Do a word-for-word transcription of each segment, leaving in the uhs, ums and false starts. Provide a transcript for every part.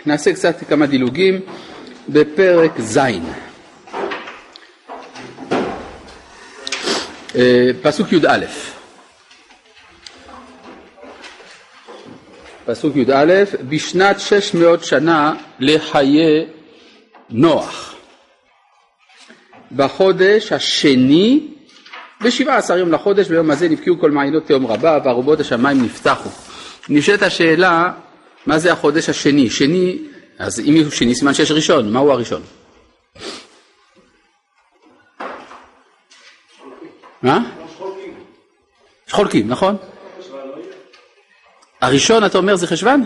נעשה קצת כמה דילוגים בפרק זין. פסוק י"א. פסוק י"א, בשנת שש מאות שנה לחיי נוח, בחודש השני, בשבעה עשר יום לחודש, ביום הזה נפקעו כל מעיינות תהום רבה, וארובות השמיים נפתחו. נשאלת השאלה, מה זה החודש השני? שני, אז אם הוא שני, סימן שיש ראשון, מהו הראשון? מה? יש חולקים, נכון? הראשון, אתה אומר, זה חשבן?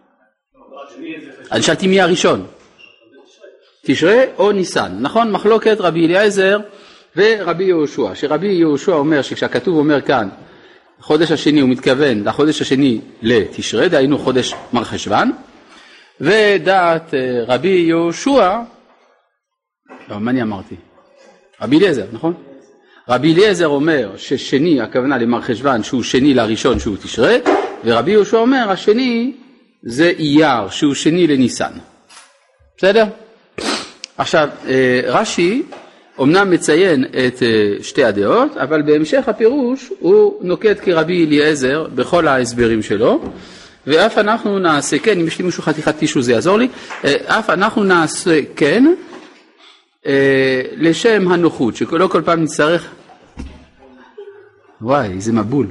אני שאלתי מי הראשון? תשרי או ניסן, נכון? מחלוקת רבי אליעזר ורבי יהושע, שרבי יהושע אומר שכשהכתוב אומר כאן חודש השני הוא מתכוון לחודש השני לתשרי, דהיינו חודש מר חשבן, ודעת רבי יהושע, לא, מה אני אמרתי? רבי אליעזר, נכון? רבי אליעזר אומר ששני הכוונה למר חשבן שהוא שני לראשון שהוא תשרי, ורבי יהושע אומר השני זה אייר שהוא שני לניסן. בסדר? עכשיו רש"י אמנם מציין את שתי הדעות, אבל בהמשך הפירוש הוא נוקט כרבי אליעזר בכל ההסברים שלו, ואף אנחנו נעשה כן, אם יש לי מישהו חתיכת טישו זה יעזור לי, אף אנחנו נעשה כן לשם הנוחות, שלא כל פעם נצטרך, וואי איזה מבול,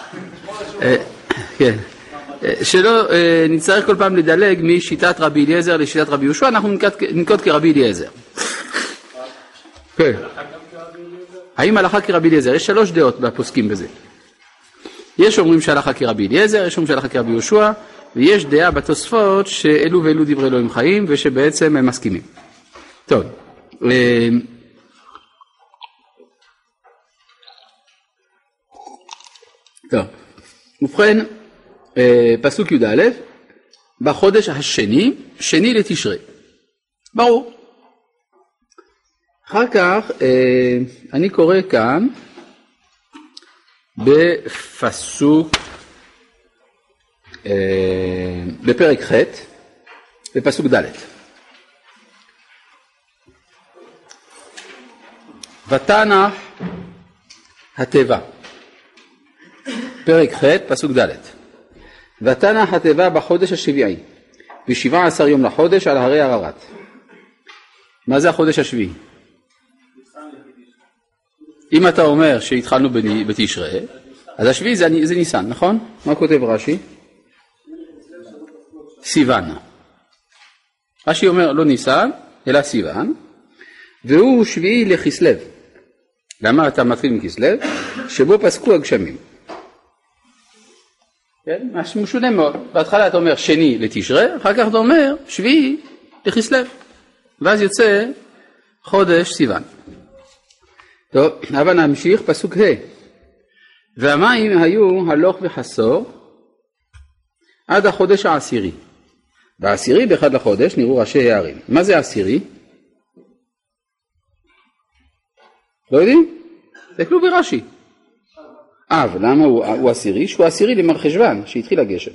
כן, שלא נצטרך כל פעם לדלג משיטת רבי אליעזר לשיטת רבי יהושע, אנחנו ננקוט כרבי אליעזר. כן. האם הלכה כרבי אליעזר? יש שלוש דעות בפוסקים בזה. יש אומרים שהלכה כרבי אליעזר, יש אומרים שהלכה כרבי יהושע, ויש דעה בתוספות שאלו ואלו דברי אלוהים חיים, ושבעצם הם מסכימים. טוב. טוב. ובכן, פסוק י"א, בחודש השני, שני לתשרי. ברור. אחר כך אני קורא כאן בפסוק, בפרק ח' בפסוק ד'. ותנח התיבה, פרק ח' פסוק ד'. ותנח התיבה בחודש השביעי, בשבעה עשר יום לחודש על הרי ערערת. מה זה החודש השביעי? אם אתה אומר שהתחלנו בתשרי, אז השביעי זה, זה ניסן, נכון? מה כותב רש"י? סיוון. רש"י אומר לא ניסן, אלא סיוון, והוא שביעי לכסלו. למה אתה מתחיל מכסלו? שבו פסקו הגשמים. כן? משהו משונה מאוד. בהתחלה אתה אומר שני לתשרי, אחר כך אתה אומר שביעי לכסלו. ואז יוצא חודש סיוון. טוב, אבל נמשיך פסוק ה'. והמים היו הלוך וחסור עד החודש העשירי. בעשירי באחד לחודש נראו ראשי הערים. מה זה עשירי? לא יודעים? תקלו ברש"י. אה, ולמה הוא, הוא עשירי? שהוא עשירי למר חשבן, שהתחיל הגשם.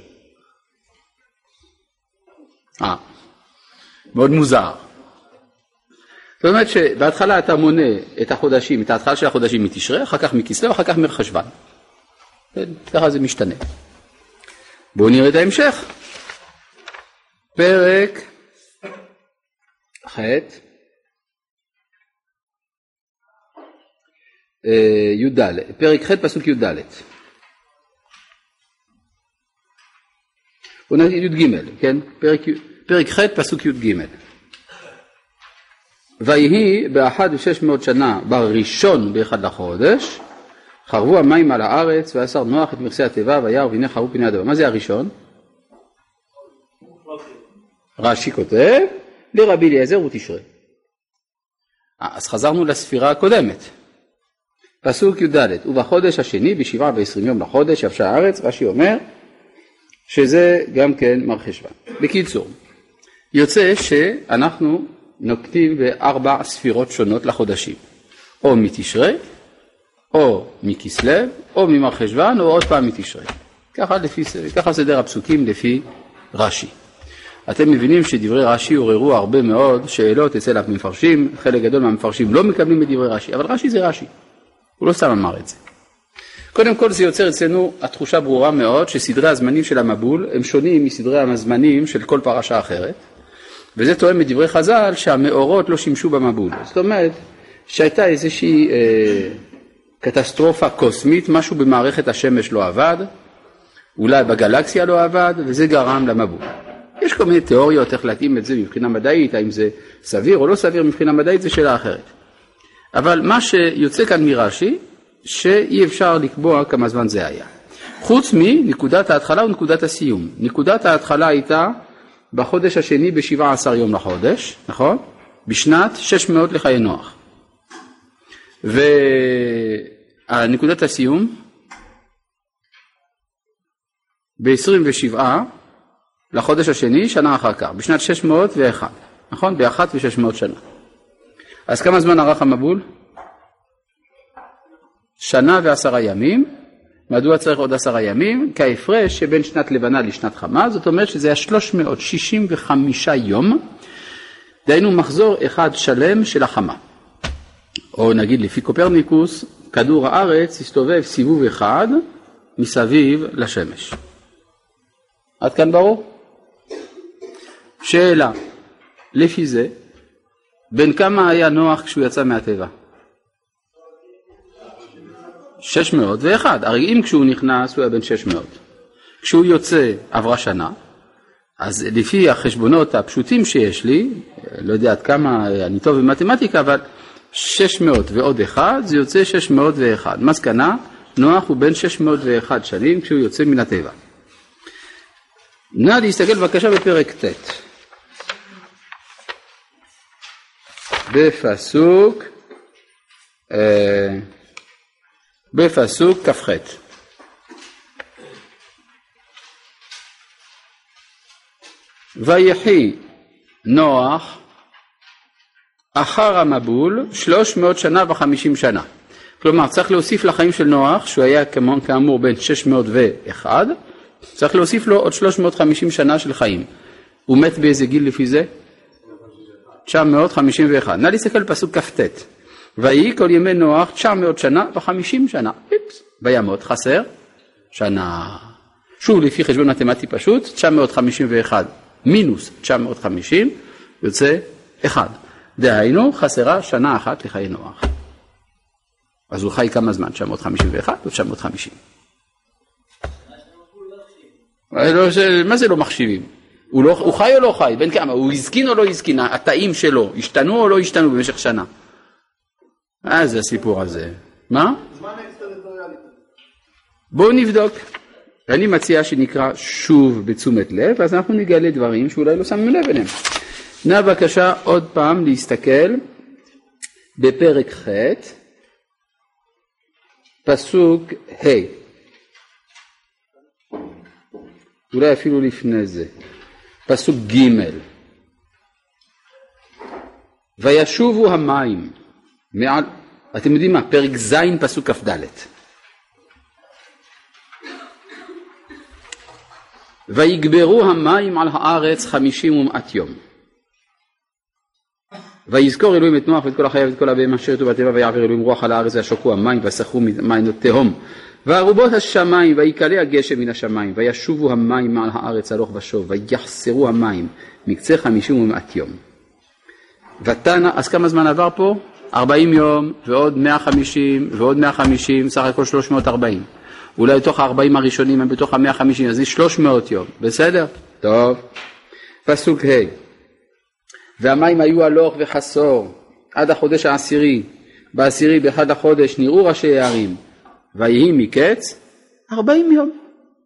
אה, מאוד מוזר. זאת אומרת שבהתחלה אתה מונה את החודשים, את ההתחלה של החודשים מתשרי, אחר כך מכסלו, אחר כך מחשבן. ככה זה משתנה. בואו נראה את ההמשך. פרק ח' י"ד, פרק ח' פסוק י"ד. בואו נגיד י"ג, כן? פרק, פרק ח' פסוק י"ג. ויהי באחד ושש מאות שנה בראשון באחד לחודש, חרבו המים על הארץ, ואסר נוח את מכסי התיבה, וירא והנה חרבו פני האדמה. מה זה הראשון? רש"י כותב, לרבי אליעזר הוא תשרי. אז חזרנו לספירה הקודמת. פסוק י"ד, ובחודש השני בשבעה ועשרים יום לחודש יבשה הארץ, רש"י אומר שזה גם כן מר חשבן. בקיצור, יוצא שאנחנו נוקטים בארבע ספירות שונות לחודשים, או מתשרי, או מכסלו, או ממר חשבן, או עוד פעם מתשרי. ככה, לפי, ככה סדר הפסוקים לפי רש"י. אתם מבינים שדברי רש"י עוררו הרבה מאוד שאלות אצל המפרשים, חלק גדול מהמפרשים לא מקבלים את דברי רש"י, אבל רש"י זה רש"י, הוא לא סתם אמר את זה. קודם כל זה יוצר אצלנו התחושה ברורה מאוד שסדרי הזמנים של המבול הם שונים מסדרי הזמנים של כל פרשה אחרת, וזה תואם את דברי חז"ל שהמאורות לא שימשו במבול. זאת אומרת שהייתה איזושהי אה, קטסטרופה קוסמית, משהו במערכת השמש לא עבד, אולי בגלקסיה לא עבד, וזה גרם למבול. יש כל מיני תיאוריות איך להתאים את זה מבחינה מדעית, האם זה סביר או לא סביר מבחינה מדעית, זה שאלה אחרת. אבל מה שיוצא כאן מרש"י, שאי אפשר לקבוע כמה זמן זה היה. חוץ מנקודת ההתחלה ונקודת הסיום. נקודת ההתחלה הייתה בחודש השני ב-שבעה עשר יום לחודש, נכון? בשנת שש מאות לחיי נוח. ונקודת הסיום ב-עשרים ושבעה לחודש השני, שנה אחר כך, בשנת שש מאות ואחת, נכון? באחת ושש מאות שנה. אז כמה זמן ערך המבול? שנה ועשרה ימים. מדוע צריך עוד עשרה ימים? כהפרש שבין שנת לבנה לשנת חמה, זאת אומרת שזה היה שלוש מאות שישים וחמישה יום, דהיינו מחזור אחד שלם של החמה. או נגיד לפי קופרניקוס, כדור הארץ הסתובב סיבוב אחד מסביב לשמש. עד כאן ברור? שאלה, לפי זה, בין כמה היה נוח כשהוא יצא מהטבע? שש מאות ואחת. הרי אם כשהוא נכנס הוא היה בין שש מאות. כשהוא יוצא עברה שנה, אז לפי החשבונות הפשוטים שיש לי, לא יודע עד כמה אני טוב במתמטיקה, אבל שש מאות ועוד אחד זה יוצא שש מאות ואחת. מסקנה, נוח הוא בין שש מאות ואחת שנים כשהוא יוצא מן הטבע. נא להסתכל בבקשה בפרק ט' בפסוק אה, בפסוק כ"ח. ויחי נוח אחר המבול שלוש מאות שנה וחמישים שנה. כלומר צריך להוסיף לחיים של נוח שהוא היה כאמור בין שש מאות ואחת, צריך להוסיף לו עוד שלוש מאות וחמישים שנה של חיים. הוא מת באיזה גיל לפי זה? תשע מאות חמישים ואחת. נא להסתכל פסוק כ"ט. ויהי כל ימי נוח תשע מאות שנה וחמישים שנה. איפס. וימות חסר שנה. שוב לפי חשבון מתמטי פשוט, תשע מאות חמישים ואחת מינוס תשע מאות וחמישים יוצא אחד. דהיינו חסרה שנה אחת לחיי נוח. אז הוא חי כמה זמן? תשע מאות חמישים ואחת או תשע מאות וחמישים? מה זה לא מחשיבים? הוא, לא, הוא חי או לא חי? בין כמה? הוא הזקין או לא הזקין? התאים שלו השתנו או לא השתנו במשך שנה? אה, זה הסיפור הזה. מה? בואו נבדוק. אני מציע שנקרא שוב בתשומת לב, אז אנחנו נגלה דברים שאולי לא שמנו לב אליהם. נא בבקשה עוד פעם להסתכל בפרק ח' פסוק ה', אולי אפילו לפני זה, פסוק ג'. וישובו המים מעל, אתם יודעים מה? פרק ז' פסוק כ"ד. ויגברו המים על הארץ חמישים ומעט יום. ויזכור אלוהים את נוח ואת כל החיה ואת כל הבהמה אשר ירתו בטבע, ויעביר אלוהים רוח על הארץ וישקו המים ויסחו מים תהום. וארובות השמיים ויקלה הגשם מן השמיים וישובו המים מעל הארץ הלוך ושוב ויחסרו המים מקצה חמישים ומעט יום. ותנא, אז כמה זמן עבר פה? ארבעים יום ועוד מאה וחמישים ועוד מאה וחמישים, סך הכל שלוש מאות וארבעים. אולי בתוך ה-ארבעים הראשונים הם בתוך ה-מאה וחמישים, אז זה שלוש מאות יום. בסדר? טוב. פסוק ה'. והמים היו הלוך וחסור עד החודש העשירי. בעשירי באחד החודש נראו ראשי הערים. ויהי מקץ ארבעים יום.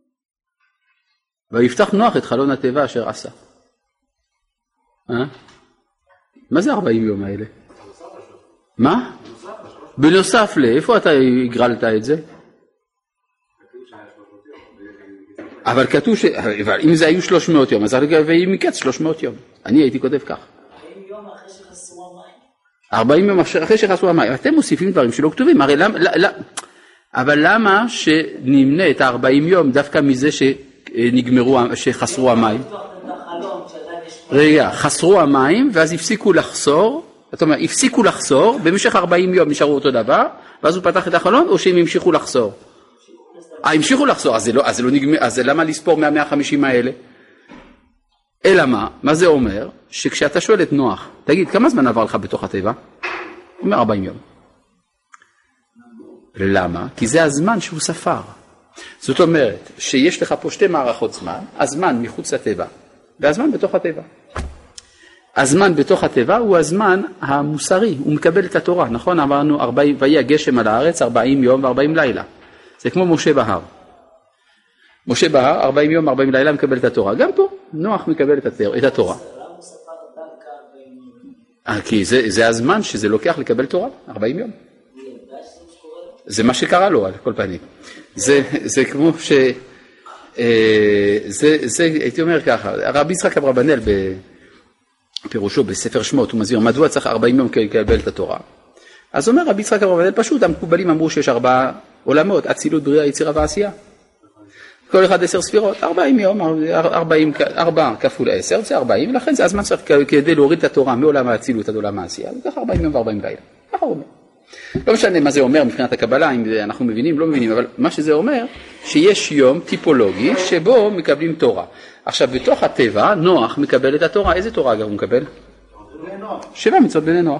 ויפתח נוח את חלון התיבה אשר עשה. אה? מה זה ארבעים יום האלה? מה? בנוסף ל... איפה אתה הגרלת את זה? אבל כתוב ש... אבל אם זה היו שלוש מאות יום, אז ויהי מקץ שלוש מאות יום. אני הייתי כותב כך. ארבעים יום אחרי שחסרו המים. ארבעים יום אחרי שחסרו המים. אתם מוסיפים דברים שלא כתובים. הרי למה... אבל למה שנמנה את ה-ארבעים יום דווקא מזה שנגמרו, שחסרו המים? רגע, חסרו המים ואז הפסיקו לחסור, זאת אומרת, הפסיקו לחסור, במשך ארבעים יום נשארו אותו דבר, ואז הוא פתח את החלון, או שהם המשיכו לחסור? אה, המשיכו לחסור, אז זה לא, אז זה לא נגמר, אז למה לספור מה-מאה וחמישים האלה? אלא מה? מה זה אומר? שכשאתה שואל את נוח, תגיד, כמה זמן עבר לך בתוך הטבע? הוא אומר ארבעים יום. למה? כי זה הזמן שהוא ספר. זאת אומרת, שיש לך פה שתי מערכות זמן, הזמן מחוץ לטבע, והזמן בתוך הטבע. הזמן בתוך הטבע הוא הזמן המוסרי, הוא מקבל את התורה, נכון? אמרנו, ארבעים, ויהיה גשם על הארץ, ארבעים יום וארבעים לילה. זה כמו משה בהר. משה בהר, ארבעים יום, ארבעים לילה מקבל את התורה. גם פה, נוח מקבל את התורה. כי זה, זה הזמן שזה לוקח לקבל תורה, ארבעים יום. זה מה שקרה לו, על כל פנים. זה, זה כמו ש... זה, זה, הייתי אומר ככה, הרבי יצחק אברבנאל בפירושו בספר שמות, הוא מזהיר, מדוע צריך ארבעים יום לקבל את התורה? אז אומר רבי יצחק אברבנאל פשוט, המקובלים אמרו שיש ארבעה עולמות, אצילות, בריאה, יצירה ועשייה. כל אחד עשר ספירות, ארבעים יום, ארבעים, ארבע כפול עשר, זה ארבעים, ולכן זה הזמן צריך כדי להוריד את התורה מעולם האצילות עד עולם העשייה, וכך ארבעים יום וארבעים לילה. ככה הוא אומר. לא משנה מה זה אומר מבחינת הקבלה, אם אנחנו מבינים, לא מבינים, אבל מה שזה אומר, שיש יום טיפולוגי שבו מקבלים תורה. עכשיו, בתוך הטבע, נוח מקבל את התורה. איזה תורה אגב הוא מקבל? שבע מצוות בני נוח.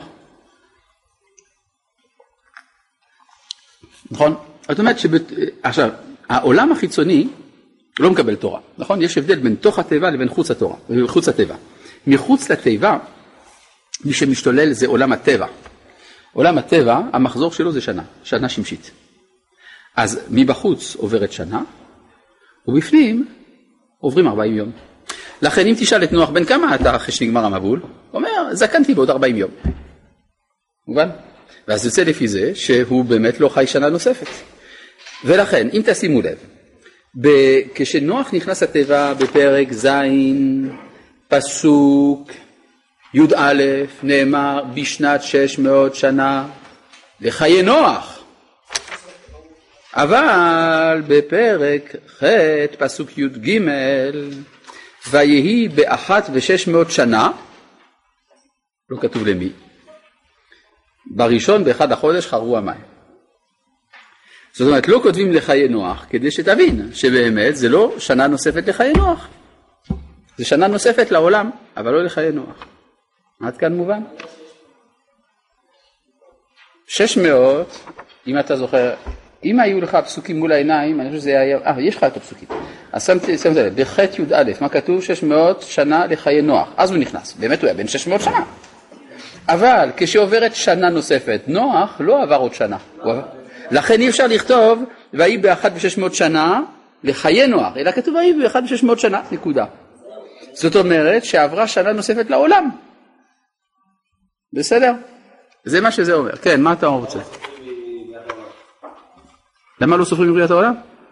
נכון? זאת אומרת שבת... עכשיו, העולם החיצוני לא מקבל תורה, נכון? יש הבדל בין תוך הטבע לבין חוץ התורה, חוץ הטבע. מחוץ לטבע, מי שמשתולל זה עולם הטבע. עולם הטבע, המחזור שלו זה שנה, שנה שמשית. אז מבחוץ עוברת שנה, ובפנים עוברים ארבעים יום. לכן אם תשאל את נוח בן כמה אתה אחרי שנגמר המבול, הוא אומר, זקנתי בעוד ארבעים יום. מובן? ואז יוצא לפי זה שהוא באמת לא חי שנה נוספת. ולכן, אם תשימו לב, כשנוח נכנס לטבע בפרק זין, פסוק, י' א', נאמר בשנת שש מאות שנה לחיי נוח. אבל בפרק ח' פסוק י' ג' ויהי באחת ושש מאות שנה, לא כתוב למי, בראשון באחד החודש חרו המים. זאת אומרת, לא כותבים לחיי נוח כדי שתבין שבאמת זה לא שנה נוספת לחיי נוח. זה שנה נוספת לעולם, אבל לא לחיי נוח. עד כאן מובן? שש מאות, אם אתה זוכר, אם היו לך פסוקים מול העיניים, אני חושב שזה היה, אה, יש לך את הפסוקים. אז שמתי, שמתי לב, בח' י' א', מה כתוב? שש מאות שנה לחיי נוח. אז הוא נכנס, באמת הוא היה בן שש מאות שנה. אבל כשעוברת שנה נוספת, נוח לא עבר עוד שנה. לכן אי אפשר לכתוב, והיא באחת ושש מאות שנה לחיי נוח, אלא כתוב והיא באחת ושש מאות שנה, נקודה. זאת אומרת שעברה שנה נוספת לעולם. בסדר? זה מה שזה אומר. כן, מה אתה רוצה? למה לא סופרים בריאת העולם?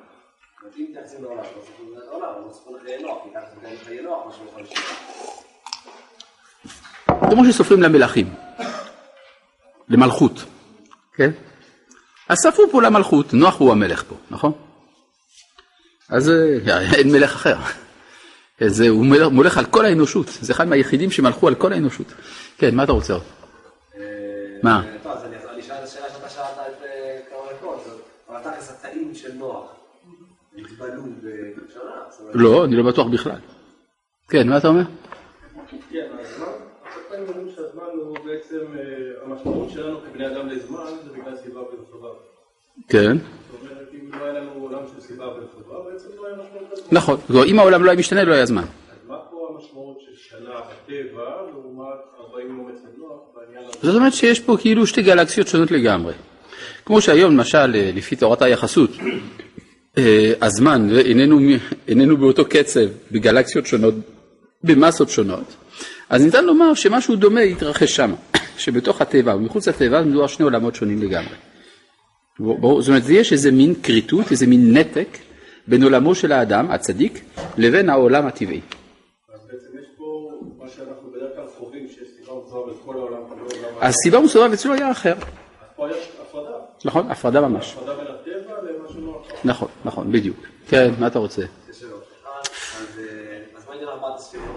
כמו שסופרים למלכים, למלכות. כן? אז ספרו פה למלכות, נוח הוא המלך פה, נכון? אז אין מלך אחר. זה, הוא מולך על כל האנושות, זה אחד מהיחידים שמלכו על כל האנושות. כן, מה אתה רוצה עוד? מה? טוב, אז אני אשאל את השאלה שאתה שאלת את כמה דקות, אבל אתה עשה תאים של נוח, נתבלו בשנה? לא, אני לא בטוח בכלל. כן, מה אתה אומר? כן, הזמן, התאים אומרים שהזמן הוא בעצם, המשמעות שלנו כבני אדם לזמן, זה בגלל סיבה ולסובב. כן. זאת אומרת, אם לא היה לנו עולם של סיבה ולסובב, בעצם לא היה משמעות לזמן. נכון, אם העולם לא היה משתנה, לא היה זמן. אז מה פה המשמעות של שנה הטבע, לעומת ארבעים יום אצל נוח, בעניין הזה? זאת אומרת שיש פה כאילו שתי גלקסיות שונות לגמרי. כמו שהיום, למשל, לפי תורת היחסות, הזמן איננו, איננו באותו קצב בגלקסיות שונות, במסות שונות, אז ניתן לומר שמשהו דומה יתרחש שם, שבתוך הטבע ומחוץ לטבע מדובר שני עולמות שונים לגמרי. זאת אומרת, יש איזה מין קריטות, איזה מין נתק בין עולמו של האדם, הצדיק, לבין העולם הטבעי. אז בעצם יש פה מה שאנחנו בדרך כלל חווים, שיש סיבה מסובב את כל העולם. הסיבה מסובב אצלו היה אחר. אז פה יש הפרדה. נכון, הפרדה ממש. הפרדה בין הטבע למשהו לא אחר. נכון, נכון, בדיוק. כן, מה אתה רוצה? אז מה עניין ארבעת הספירות?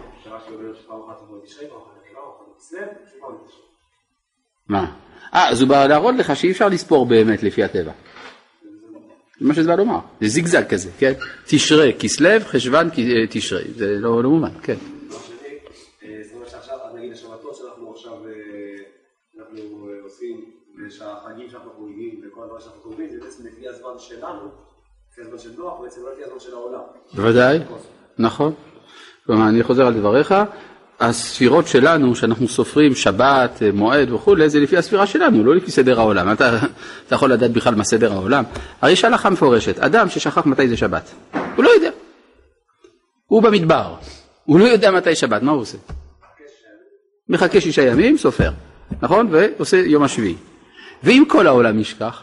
שאומר שפעם אחת תבוא תשרי, פעם אחת תבוא, פעם אחת תסלם, שפעם תשרי. מה? אה, אז הוא בא להראות לך שאי אפשר לספור באמת לפי הטבע. זה מה שזה בא לומר, זה זיגזג כזה, כן? תשרי, כסלו, חשוון, תשרי, זה לא מובן, כן. זאת אומרת שעכשיו, נגיד השבתות שאנחנו עכשיו, אנחנו עושים, ושהחגים שאנחנו חוגגים וכל הדבר שאנחנו חוגגים, זה בעצם לפי הזמן שלנו, לפי הזמן של נוח, בעצם לא לפי הזמן של העולם. בוודאי, נכון. כלומר, אני חוזר על דבריך, הספירות שלנו, שאנחנו סופרים שבת, מועד וכו', זה לפי הספירה שלנו, לא לפי סדר העולם. אתה, אתה יכול לדעת בכלל מה סדר העולם. הרי יש הלכה מפורשת, אדם ששכח מתי זה שבת, הוא לא יודע. הוא במדבר, הוא לא יודע מתי שבת, מה הוא עושה? מחכה שישה ימים, סופר, נכון? ועושה יום השביעי. ואם כל העולם ישכח,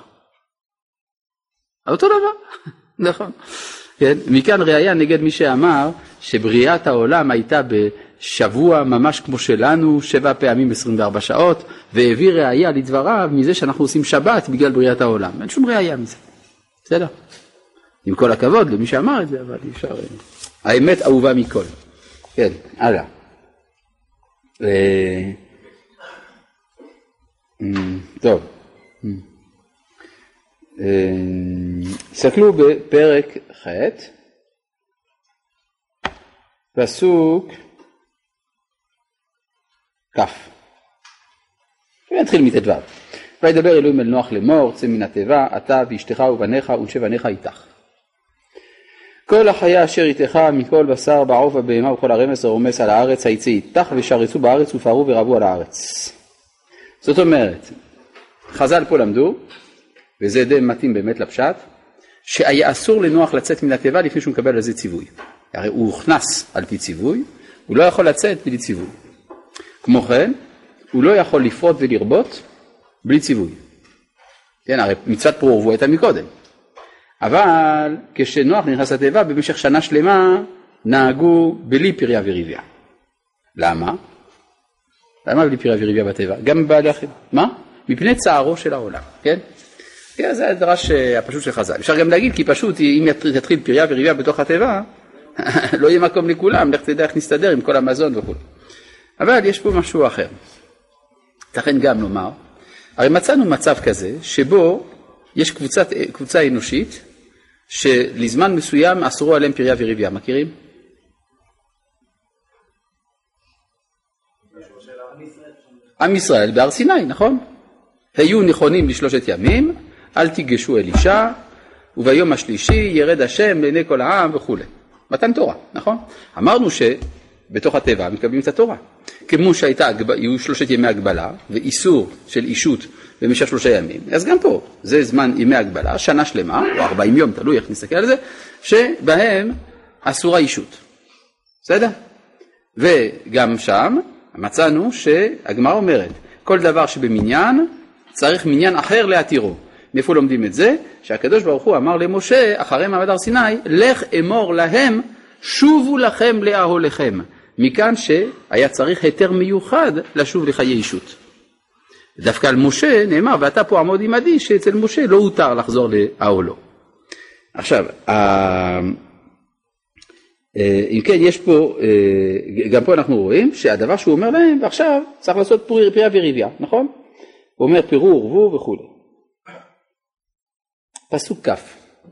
אותו דבר, נכון. כן? מכאן ראיה נגד מי שאמר שבריאת העולם הייתה בשבוע ממש כמו שלנו, שבע פעמים עשרים וארבע שעות, והביא ראיה לדבריו מזה שאנחנו עושים שבת בגלל בריאת העולם. אין שום ראיה מזה. בסדר? עם כל הכבוד למי שאמר את זה, אבל אי אפשר... האמת אהובה מכל. כן, הלאה. טוב. סתכלו בפרק ח' פסוק כ'. נתחיל מט"ו. וידבר אלוהים אל נוח לאמור, צא מן התיבה, אתה ואשתך ובניך ושבע בניך איתך. כל החיה אשר איתך מכל בשר בעוף הבהמה וכל הרמס הרומס על הארץ היצא איתך ושרצו בארץ ופארו ורבו על הארץ. זאת אומרת, חז"ל פה למדו, וזה די מתאים באמת לפשט, שהיה אסור לנוח לצאת מן התיבה לפני שהוא מקבל על זה ציווי. הרי הוא הוכנס על פי ציווי, הוא לא יכול לצאת בלי ציווי. כמו כן, הוא לא יכול לפרוט ולרבות בלי ציווי. כן, הרי מצוות פרו ורבו הייתה מקודם. אבל כשנוח נכנס לתיבה, במשך שנה שלמה נהגו בלי פריה וריביה. למה? למה בלי פריה וריביה בתיבה? גם בעלי אחרים. מה? מפני צערו של העולם, כן? כן, זה הדרש הפשוט של חז"ל. אפשר גם להגיד, כי פשוט, אם יתחיל פריה וריביה בתוך התיבה, לא יהיה מקום לכולם, לך תדע איך נסתדר עם כל המזון וכו'. אבל יש פה משהו אחר. לכן גם לומר, הרי מצאנו מצב כזה, שבו יש קבוצת, קבוצה אנושית, שלזמן מסוים אסרו עליהם פריה וריביה, מכירים? עם ישראל בהר סיני, נכון? היו נכונים לשלושת ימים, אל תיגשו אל אישה, וביום השלישי ירד השם לעיני כל העם וכו'. מתן תורה, נכון? אמרנו שבתוך הטבע מקבלים את התורה. כמו שהייתה, היו שלושת ימי הגבלה, ואיסור של אישות במשך שלושה ימים. אז גם פה, זה זמן ימי הגבלה, שנה שלמה, או ארבעים יום, תלוי איך נסתכל על זה, שבהם אסורה אישות. בסדר? וגם שם מצאנו שהגמרא אומרת, כל דבר שבמניין, צריך מניין אחר להתירו. מאיפה לומדים את זה? שהקדוש ברוך הוא אמר למשה, אחרי מעמד הר סיני, לך אמור להם, שובו לכם לאהוליכם. מכאן שהיה צריך היתר מיוחד לשוב לחיי אישות. דווקא על משה נאמר, ואתה פה עמוד עמדי, שאצל משה לא הותר לחזור לאהולו. עכשיו, אם כן, יש פה, גם פה אנחנו רואים שהדבר שהוא אומר להם, ועכשיו צריך לעשות פריה וריביה, נכון? הוא אומר פירו ורבו וכו'. פסוק כ'.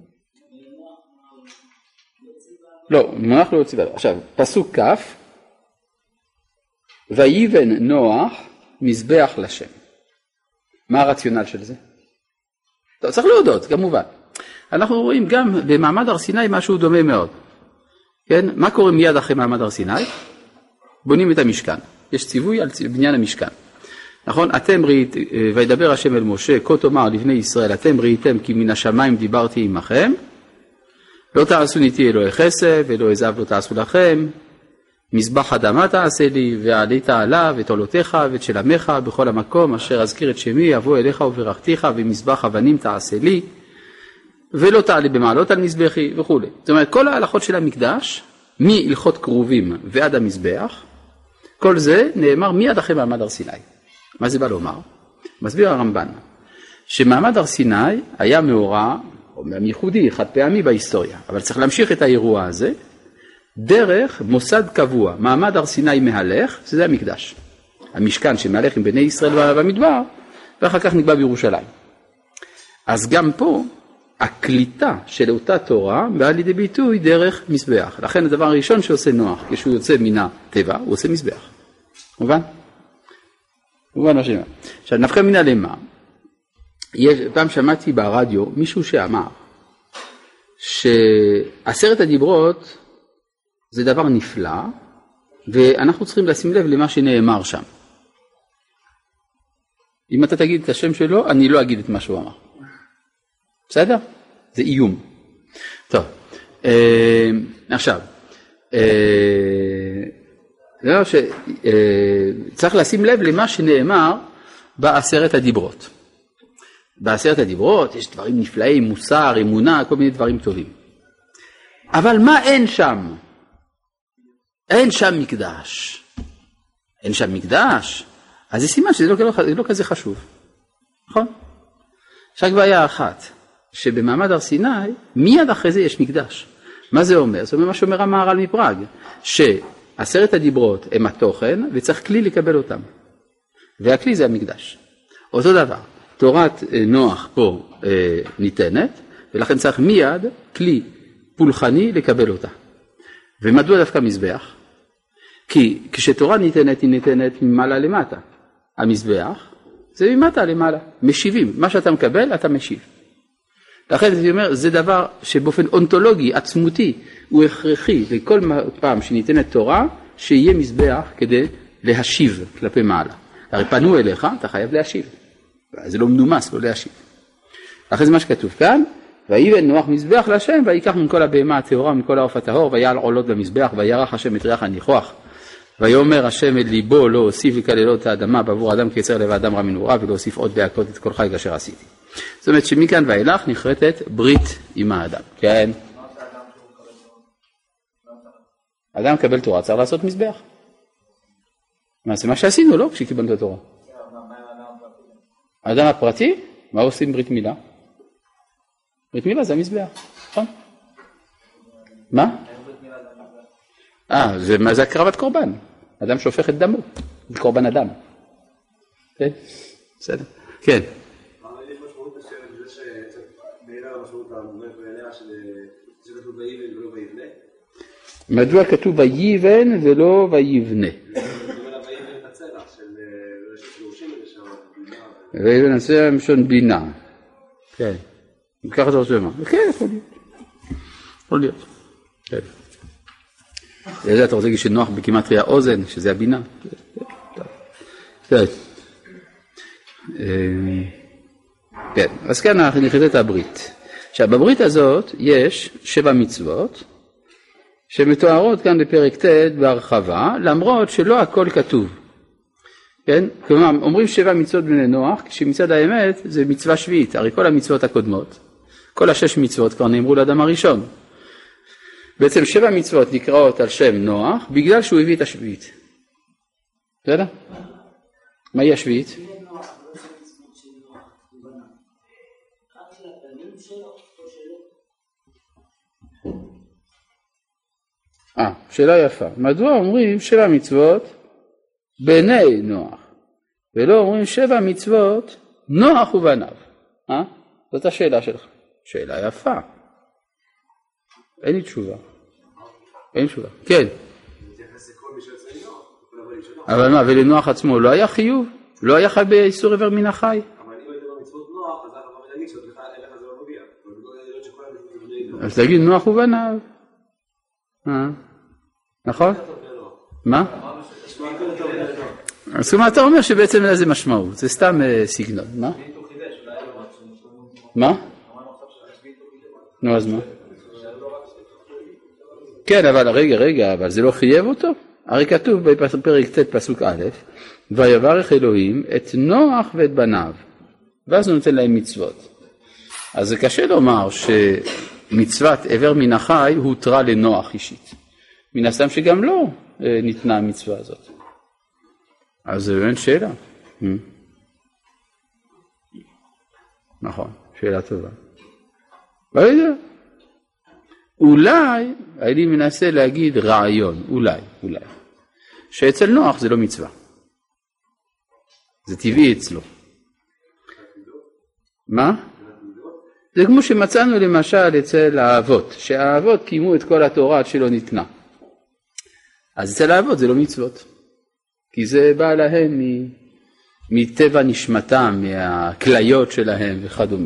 לא, נוח לא יוצא בה. עכשיו, פסוק כ'. ויבן נוח מזבח לשם. מה הרציונל של זה? טוב, צריך להודות, כמובן. אנחנו רואים גם במעמד הר סיני משהו דומה מאוד. כן? מה קורה מיד אחרי מעמד הר סיני? בונים את המשכן. יש ציווי על בניין המשכן. נכון? אתם ראית, וידבר השם אל משה, כה תאמר לבני ישראל, אתם ראיתם כי מן השמיים דיברתי עמכם, לא תעשו ניתי אלוהי חסד, ואלוהי זהב לא תעשו לכם, מזבח אדמה תעשה לי, ועלית עליו את עולותיך ואת שלמך בכל המקום, אשר אזכיר את שמי, אבוא אליך וברכתיך, ומזבח אבנים תעשה לי, ולא תעלה במעלות על מזבחי וכו'. זאת אומרת, כל ההלכות של המקדש, מהלכות קרובים ועד המזבח, כל זה נאמר מיד אחרי מעמד הר סיני. מה זה בא לומר? מסביר הרמב"ן, שמעמד הר סיני היה מאורע, אומנם ייחודי, חד פעמי בהיסטוריה, אבל צריך להמשיך את האירוע הזה, דרך מוסד קבוע, מעמד הר סיני מהלך, שזה המקדש. המשכן שמהלך עם בני ישראל במדבר, ואחר כך נקבע בירושלים. אז גם פה, הקליטה של אותה תורה באה לידי ביטוי דרך מזבח. לכן הדבר הראשון שעושה נוח, כשהוא יוצא מן הטבע, הוא עושה מזבח. מובן? מובן מה שאומר. עכשיו, נפקא מינה למה? יש, פעם שמעתי ברדיו מישהו שאמר, שעשרת הדיברות זה דבר נפלא, ואנחנו צריכים לשים לב למה שנאמר שם. אם אתה תגיד את השם שלו, אני לא אגיד את מה שהוא אמר. בסדר? זה איום. טוב, אה, עכשיו, אה, לא ש, אה, צריך לשים לב למה שנאמר בעשרת הדיברות. בעשרת הדיברות יש דברים נפלאים, מוסר, אמונה, כל מיני דברים טובים. אבל מה אין שם? אין שם מקדש. אין שם מקדש? אז זה סימן שזה לא, זה לא כזה חשוב. נכון? יש רק בעיה אחת, שבמעמד הר סיני, מיד אחרי זה יש מקדש. מה זה אומר? זה אומר מה שאומר המהר"ל מפראג, שעשרת הדיברות הם התוכן, וצריך כלי לקבל אותם. והכלי זה המקדש. אותו דבר, תורת נוח פה אה, ניתנת, ולכן צריך מיד כלי פולחני לקבל אותה. ומדוע דווקא מזבח? כי כשתורה ניתנת, היא ניתנת ממעלה למטה. המזבח זה ממטה למעלה, משיבים. מה שאתה מקבל, אתה משיב. לכן אני אומר, זה דבר שבאופן אונתולוגי, עצמותי, הוא הכרחי לכל פעם שניתנת תורה, שיהיה מזבח כדי להשיב כלפי מעלה. הרי פנו אליך, אתה חייב להשיב. זה לא מנומס, לא להשיב. לכן זה מה שכתוב כאן, ויבן נוח מזבח להשם, ויקח מכל הבהמה הטהורה, מכל העוף הטהור, ויעל עולות למזבח, וירח השם את ריח הניחוח. ויאמר השם אל ליבו, לא הוסיף לקללות את האדמה, בעבור אדם קצר לב האדם רע מנעוריו, ולא הוסיף עוד בהכות את כל חי אשר עשיתי. זאת אומרת שמכאן ואילך נחרטת ברית עם האדם. כן. אדם מקבל תורה, צריך לעשות מזבח. מה זה מה שעשינו, לא? כשקיבלנו את התורה. האדם הפרטי, מה עושים ברית מילה? ברית מילה זה המזבח, נכון? מה? אה, זה, זה הקרבת קורבן. אדם שופך את דמו, זה קורבן אדם. כן? בסדר. כן. אבל יש משמעות מסוימת בזה שבעילה המשמעות המובנת בעיניה שכתוב ויבן ולא ויבנה. מדוע כתוב ויבן ולא ויבנה? זאת אומרת, ויבן את הצלח של שירושים לשם, בינה. ויבן הצלח משון בינה. כן. ככה אתה רוצה מה? כן, יכול להיות. יכול להיות. כן. זה אתה רוצה להגיד שנוח בגימטריה אוזן, שזה הבינה. כן. כן, אז כאן אנחנו נכנסת את הברית. עכשיו, בברית הזאת יש שבע מצוות, שמתוארות כאן בפרק ט' בהרחבה, למרות שלא הכל כתוב. כן? כלומר, אומרים שבע מצוות בני נוח, כשמצד האמת זה מצווה שביעית, הרי כל המצוות הקודמות, כל השש מצוות כבר נאמרו לאדם הראשון. בעצם שבע מצוות נקראות על שם נוח, בגלל שהוא הביא את השביעית. בסדר? מהי השביעית? אה, שאלה יפה. מדוע אומרים שבע מצוות בני נוח, ולא אומרים שבע מצוות נוח ובניו? אה? זאת השאלה שלך. שאלה יפה. אין לי תשובה. אין תשובה. כן. אבל מה, ולנוח עצמו לא היה חיוב? לא היה חי באיסור עבר מן החי? אבל אם הייתם במצוות נוח, אז אנחנו יכולים להגיד שאין לך זה לא מודיע. אז תגיד נוח ובניו. נכון? מה? אז מה אתה אומר שבעצם אין לזה משמעות? זה סתם סגנון. מה? מה? נו, אז מה? כן, אבל רגע, רגע, אבל זה לא חייב אותו? הרי כתוב בפרק ט' פסוק א', ויברך אלוהים את נוח ואת בניו, ואז הוא נותן להם מצוות. אז זה קשה לומר שמצוות עבר מן החי הותרה לנוח אישית. מן הסתם שגם לא ניתנה המצווה הזאת. אז זה באמת שאלה. נכון, שאלה טובה. לא יודע. אולי, אני מנסה להגיד רעיון, אולי, אולי, שאצל נוח זה לא מצווה. זה טבעי אצלו. מה? זה כמו שמצאנו למשל אצל האבות, שהאבות קיימו את כל התורה עד שלא ניתנה. אז אצל האבות זה לא מצוות, כי זה בא להם מטבע נשמתם, מהכליות שלהם וכדומה.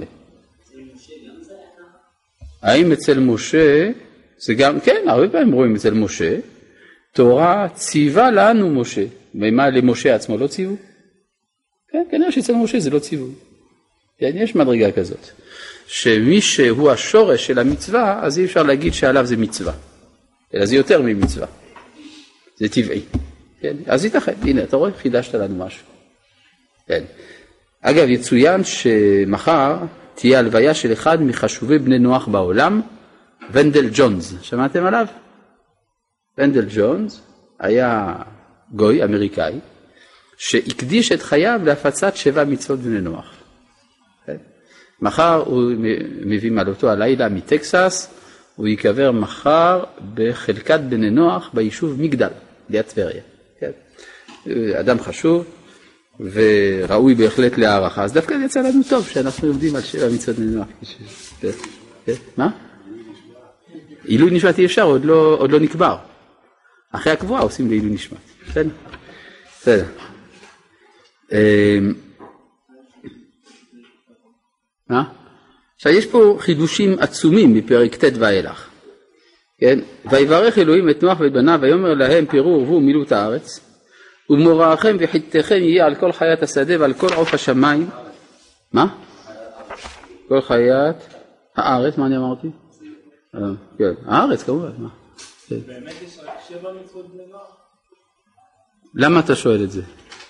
האם אצל משה, זה גם, כן, הרבה פעמים רואים אצל משה, תורה ציווה לנו משה, ומה למשה עצמו לא ציוו? כן, כנראה שאצל משה זה לא ציוו. כן, יש מדרגה כזאת, שמי שהוא השורש של המצווה, אז אי אפשר להגיד שעליו זה מצווה, אלא זה יותר ממצווה, זה טבעי. כן, אז יתכן, הנה, אתה רואה, חידשת לנו משהו. כן. אגב, יצוין שמחר תהיה הלוויה של אחד מחשובי בני נוח בעולם, ונדל ג'ונס. שמעתם עליו? ונדל ג'ונס היה גוי אמריקאי, שהקדיש את חייו להפצת שבע מצוות בני נוח. כן? מחר הוא מביא מעלותו הלילה מטקסס, הוא יקבר מחר בחלקת בני נוח ביישוב מגדל, ליד טבריה. כן? אדם חשוב וראוי בהחלט להערכה. אז דווקא יצא לנו טוב שאנחנו עובדים על שבע מצוות בני נוח. מה? עילוי נשמת אי אפשר, עוד לא, עוד לא נקבר. אחרי הקבועה עושים לעילוי נשמת. בסדר? בסדר. מה? עכשיו יש פה חידושים עצומים מפרק ט' ואילך. כן? ויברך אלוהים את נוח ואת בניו ויאמר להם פירו ורבו ומילאו את הארץ ומוראכם וחיתכם יהיה על כל חיית השדה ועל כל עוף השמיים. מה? כל חיית הארץ, מה אני אמרתי? כן, הארץ כמובן. באמת יש רק שבע מצוות בני נוח? למה אתה שואל את זה?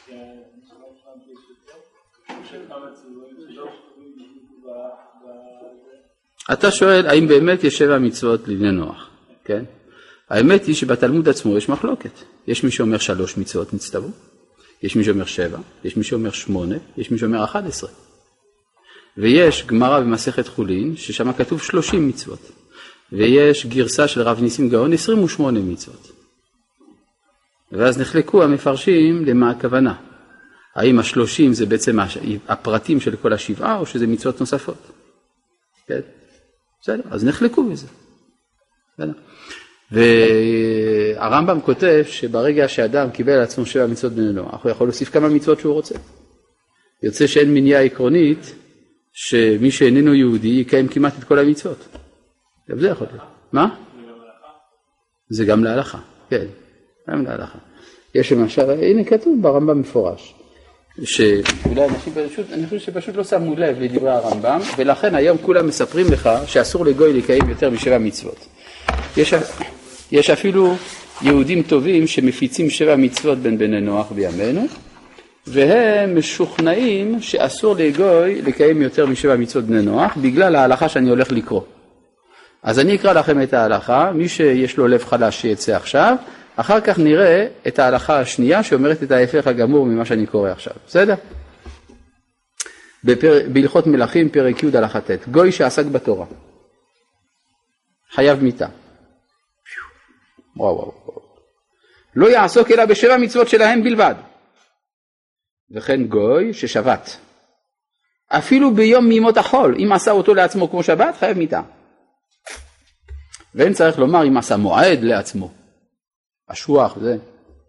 אתה שואל האם באמת יש שבע מצוות לבני נוח, כן? האמת היא שבתלמוד עצמו יש מחלוקת. יש מי שאומר שלוש מצוות נצטוו, יש מי שאומר שבע, יש מי שאומר שמונה, יש מי שאומר אחד עשרה. ויש גמרא במסכת חולין ששם כתוב שלושים מצוות. ויש גרסה של רב ניסים גאון עשרים ושמונה מצוות. ואז נחלקו המפרשים למה הכוונה. האם השלושים זה בעצם הפרטים של כל השבעה או שזה מצוות נוספות? כן? בסדר, אז נחלקו בזה. בסדר. והרמב"ם כותב שברגע שאדם קיבל על עצמו שבע מצוות בני נוח, הוא יכול להוסיף כמה מצוות שהוא רוצה. יוצא שאין מניעה עקרונית שמי שאיננו יהודי יקיים כמעט את כל המצוות. גם זה יכול להיות. מה? זה גם להלכה, כן, גם להלכה. יש למשל, הנה כתוב ברמב"ם מפורש, שאולי אנשים פשוט, אני חושב שפשוט לא שמו לב לדברי הרמב"ם, ולכן היום כולם מספרים לך שאסור לגוי לקיים יותר משבע מצוות. יש, יש אפילו יהודים טובים שמפיצים שבע מצוות בין בני נוח בימינו, והם משוכנעים שאסור לגוי לקיים יותר משבע מצוות בני נוח, בגלל ההלכה שאני הולך לקרוא. אז אני אקרא לכם את ההלכה, מי שיש לו לב חלש שיצא עכשיו, אחר כך נראה את ההלכה השנייה שאומרת את ההפך הגמור ממה שאני קורא עכשיו. בסדר? בפר... בהלכות מלכים פרק י' הלכה ט', גוי שעסק בתורה, חייב מיתה. וואו וואו וואו. לא יעסוק אלא בשבע מצוות שלהם בלבד. וכן גוי ששבת. אפילו ביום מימות החול, אם עשה אותו לעצמו כמו שבת, חייב מיתה. ואין צריך לומר אם עשה מועד לעצמו. השוח, זה.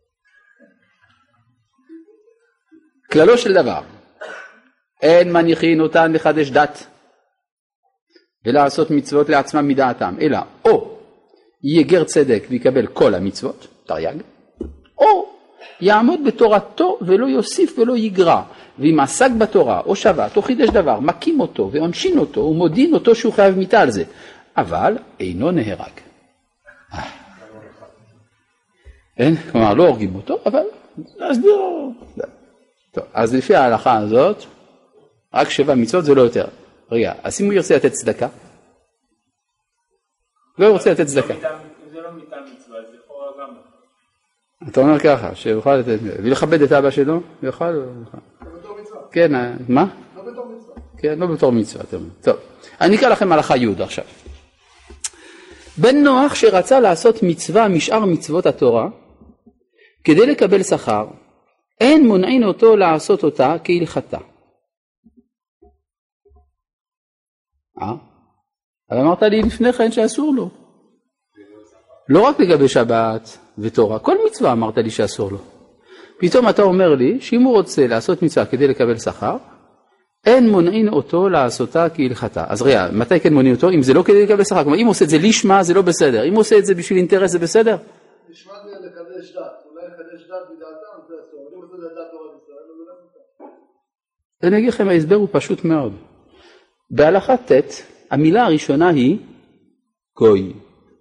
כללו של דבר, אין מניחין אותן לחדש דת, ולעשות מצוות לעצמם מדעתם, אלא או יגר צדק ויקבל כל המצוות, תרי"ג, או יעמוד בתורתו ולא יוסיף ולא יגרע, ואם עסק בתורה או שבת או חידש דבר, מקים אותו ועונשין אותו ומודין אותו שהוא חייב מיתה על זה, אבל אינו נהרג. אין? כלומר, לא הורגים אותו, אבל אז לא. טוב, אז לפי ההלכה הזאת, רק שבע מצוות זה לא יותר. רגע, אז אם הוא ירצה לתת צדקה? לא ירצה לתת צדקה. זה לא מיתה מצווה, זה חורה גם. אתה אומר ככה, שיוכל לתת, ולכבד את אבא שלו, יוכל או לא יוכל? לא בתור מצווה. כן, מה? לא בתור מצווה. כן, לא בתור מצווה. טוב, אני אקרא לכם הלכה י' עכשיו. בן נוח שרצה לעשות מצווה משאר מצוות התורה, כדי לקבל שכר, אין מונעין אותו לעשות אותה כהלכתה. אה? אבל אמרת לי לפני כן שאסור לו. לא רק לגבי שבת ותורה, כל מצווה אמרת לי שאסור לו. פתאום אתה אומר לי שאם הוא רוצה לעשות מצווה כדי לקבל שכר, אין מונעין אותו לעשותה כהלכתה. אז ראה, מתי כן מונעים אותו? אם זה לא כדי לקבל שכר. כלומר, אם הוא עושה את זה לשמה, זה לא בסדר. אם הוא עושה את זה בשביל אינטרס, זה בסדר? לשמה זה לקדש דת. אולי לקדש דת בדעתם, זה אסור. אם זה דת תורה בישראל, זה לא מותר. אני אגיד לכם, ההסבר הוא פשוט מאוד. בהלכה ט' המילה הראשונה היא גוי.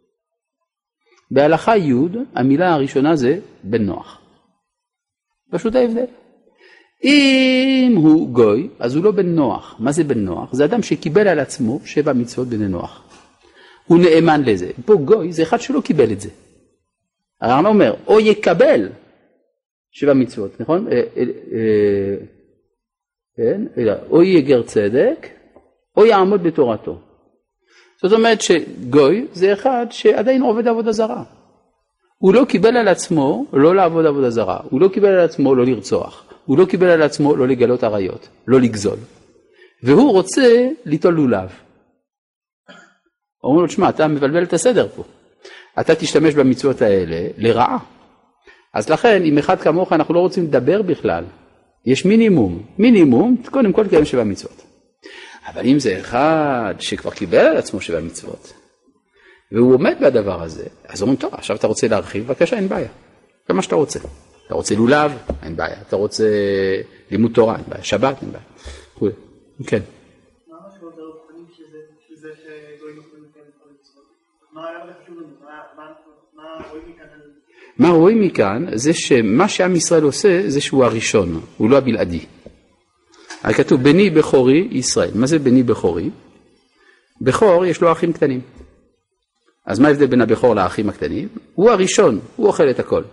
בהלכה י' המילה הראשונה זה בן נוח. פשוט ההבדל. אם הוא גוי, אז הוא לא בן נוח. מה זה בן נוח? זה אדם שקיבל על עצמו שבע מצוות בני נוח. הוא נאמן לזה. פה גוי זה אחד שלא קיבל את זה. הרמב"ם אומר, או יקבל שבע מצוות, נכון? או יהיה גר צדק, או יעמוד בתורתו. זאת אומרת שגוי זה אחד שעדיין עובד עבודה זרה. הוא לא קיבל על עצמו לא לעבוד עבודה זרה. הוא לא קיבל על עצמו לא לרצוח. הוא לא קיבל על עצמו לא לגלות עריות, לא לגזול. והוא רוצה ליטול לולב. אומרים לו, תשמע, אתה מבלבל את הסדר פה. אתה תשתמש במצוות האלה לרעה. אז לכן, אם אחד כמוך אנחנו לא רוצים לדבר בכלל. יש מינימום. מינימום, קודם כל קיים שבע מצוות. אבל אם זה אחד שכבר קיבל על עצמו שבע מצוות, והוא עומד בדבר הזה, אז אומרים, טוב, עכשיו אתה רוצה להרחיב, בבקשה, אין בעיה. זה מה שאתה רוצה. אתה רוצה לולב, אין בעיה. אתה רוצה לימוד תורה, אין בעיה. שבת, אין בעיה. כן. מה משהו יותר רוחני שזה שגויים יכולים לקיים את כל המצוות? מה היה לך חשוב לנו? מה רואים מכאן? מה רואים מכאן זה שמה שעם ישראל עושה זה שהוא הראשון, הוא לא הבלעדי. כתוב בני בכורי ישראל. מה זה בני בכורי? בכור יש לו אחים קטנים. אז מה ההבדל בין הבכור לאחים הקטנים? הוא הראשון, הוא אוכל את הכל.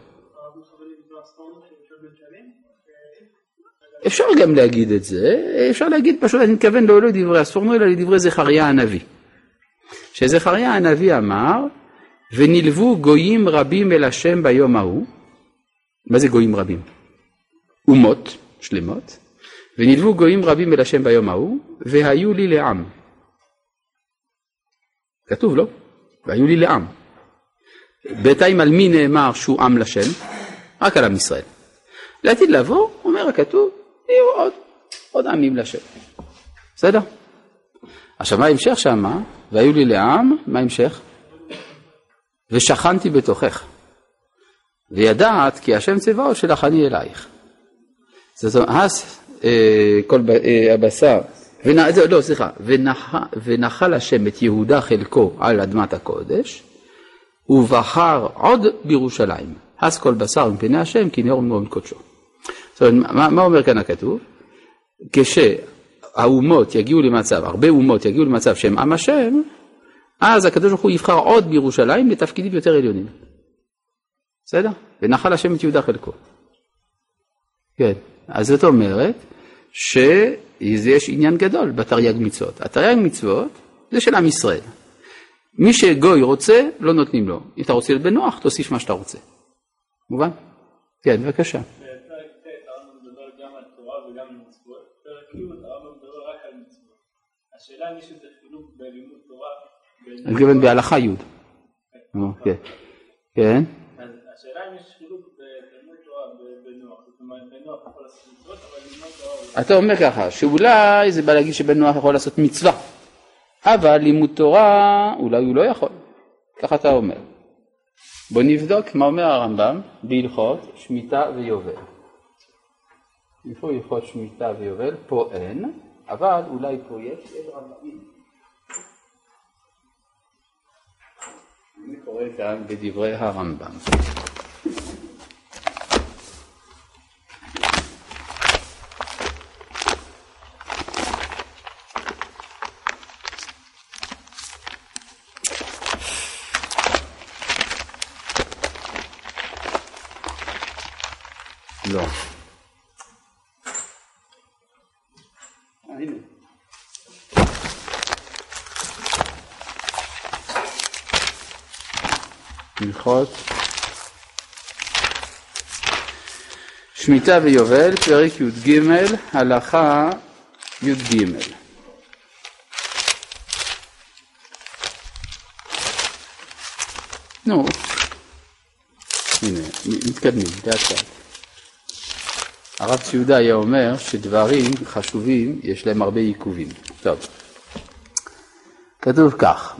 אפשר גם להגיד את זה, אפשר להגיד פשוט, אני מתכוון לא לדברי הספורנו, אלא לדברי זכריה הנביא. שזכריה הנביא אמר, ונלוו גויים רבים אל השם ביום ההוא. מה זה גויים רבים? אומות שלמות. ונלוו גויים רבים אל השם ביום ההוא, והיו לי לעם. כתוב לא? והיו לי לעם. בינתיים על מי נאמר שהוא עם לשם? רק על עם ישראל. לעתיד לבוא, אומר הכתוב, יהיו עוד, עוד עמים לשם. בסדר? עכשיו מה ההמשך שמה? והיו לי לעם, מה ההמשך? ושכנתי בתוכך. וידעת כי השם צבאו שלחני אלייך. זאת אומרת, כל הבשר, לא סליחה, ונחל השם את יהודה חלקו על אדמת הקודש, ובחר עוד בירושלים. אז כל בשר מפני השם כי נאור מאוד קודשו. זאת אומרת, מה, מה אומר כאן הכתוב? כשהאומות יגיעו למצב, הרבה אומות יגיעו למצב שהם עם השם, אז הקדוש ברוך הוא יבחר עוד בירושלים לתפקידים יותר עליונים. בסדר? ונחל השם את יהודה חלקו. כן, אז זאת אומרת שיש עניין גדול בתרי"ג מצוות. התרי"ג מצוות זה של עם ישראל. מי שגוי רוצה, לא נותנים לו. אם אתה רוצה להיות בנוח, תוסיף מה שאתה רוצה. מובן? כן, בבקשה. בפרק ט' הרמב"ם מדבר גם על תורה וגם על מצוות. בפרק י' הרמב"ם מדבר רק על מצוות. השאלה אם יש איזה חילוק בלימוד תורה. אני מתכוון בהלכה י'. כן. כן. אז השאלה אם יש חילוק בלימוד תורה בנוח. זאת אומרת, בנוח יכול לעשות מצוות, אבל לימוד תורה... אתה אומר ככה, שאולי זה בא להגיד שבנוח יכול לעשות מצווה. אבל לימוד תורה אולי הוא לא יכול. ככה אתה אומר. בוא נבדוק מה אומר הרמב"ם בהלכות שמיטה ויובל. איפה הלכות שמיטה ויובל? פה אין, אבל אולי פה יש את רמב"מים. אני קורא כאן בדברי הרמב"ם. לא. הנה. הלכות שמיטה ויובל, פרק י"ג, הלכה י"ג. נו, הנה, מתקדמים, לאט לאט. הרב ציודה היה אומר שדברים חשובים יש להם הרבה עיכובים. טוב, כתוב כך,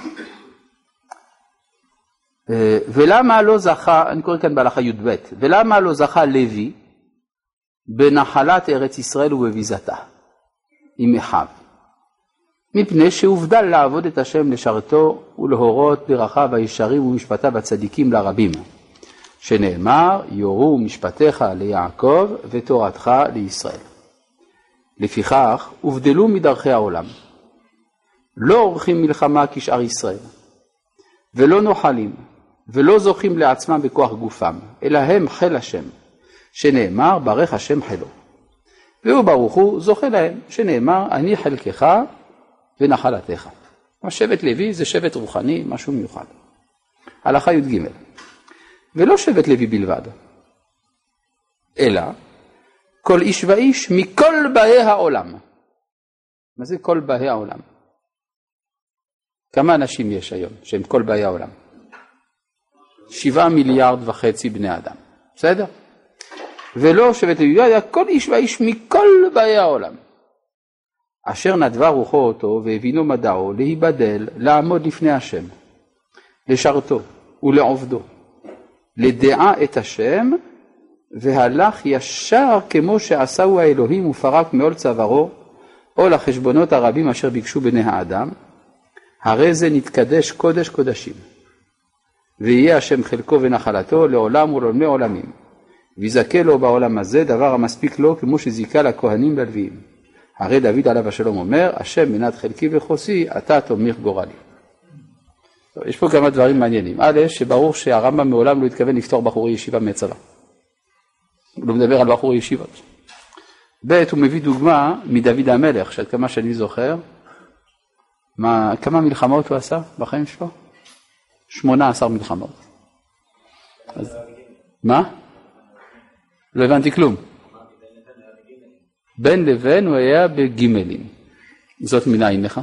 ולמה לא זכה, אני קורא כאן בהלכה י"ב, ולמה לא זכה לוי בנחלת ארץ ישראל ובביזתה עם אחיו? מפני שהובדל לעבוד את השם לשרתו ולהורות דרכיו הישרים ומשפטיו הצדיקים לרבים, שנאמר יורו משפטיך ליעקב ותורתך לישראל. לפיכך הובדלו מדרכי העולם, לא עורכים מלחמה כשאר ישראל, ולא נוחלים, ולא זוכים לעצמם בכוח גופם, אלא הם חיל השם, שנאמר ברך השם חילו. והוא ברוך הוא זוכה להם, שנאמר אני חלקך ונחלתך. שבט לוי זה שבט רוחני, משהו מיוחד. הלכה י"ג. ולא שבט לוי בלבד, אלא כל איש ואיש מכל באי העולם. מה זה כל באי העולם? כמה אנשים יש היום שהם כל באי העולם? שבעה מיליארד וחצי בני אדם. בסדר? ולא שבט לוי, היה כל איש ואיש מכל באי העולם. אשר נדבה רוחו אותו והבינו מדעו להיבדל, לעמוד לפני השם, לשרתו ולעובדו, לדעה את השם, והלך ישר כמו שעשהו האלוהים ופרק מעול צווארו, או לחשבונות הרבים אשר ביקשו בני האדם, הרי זה נתקדש קודש קודשים, ויהיה השם חלקו ונחלתו לעולם ולעולמי עולמים, ויזכה לו בעולם הזה דבר המספיק לו כמו שזיכה לכהנים ללוויים. הרי דוד עליו השלום אומר, השם מנת חלקי וחוסי, אתה תומך גורלי. יש פה כמה דברים מעניינים. א', שברור שהרמב"ם מעולם לא התכוון לפתור בחורי ישיבה מהצבא. הוא לא מדבר על בחורי ישיבות. ב', הוא מביא דוגמה מדוד המלך, שעד כמה שאני זוכר, מה, כמה מלחמות הוא עשה בחיים שלו? שמונה עשר מלחמות. אז, מה? לא הבנתי כלום. בין לבין הוא היה בגימלים. זאת מנין לך?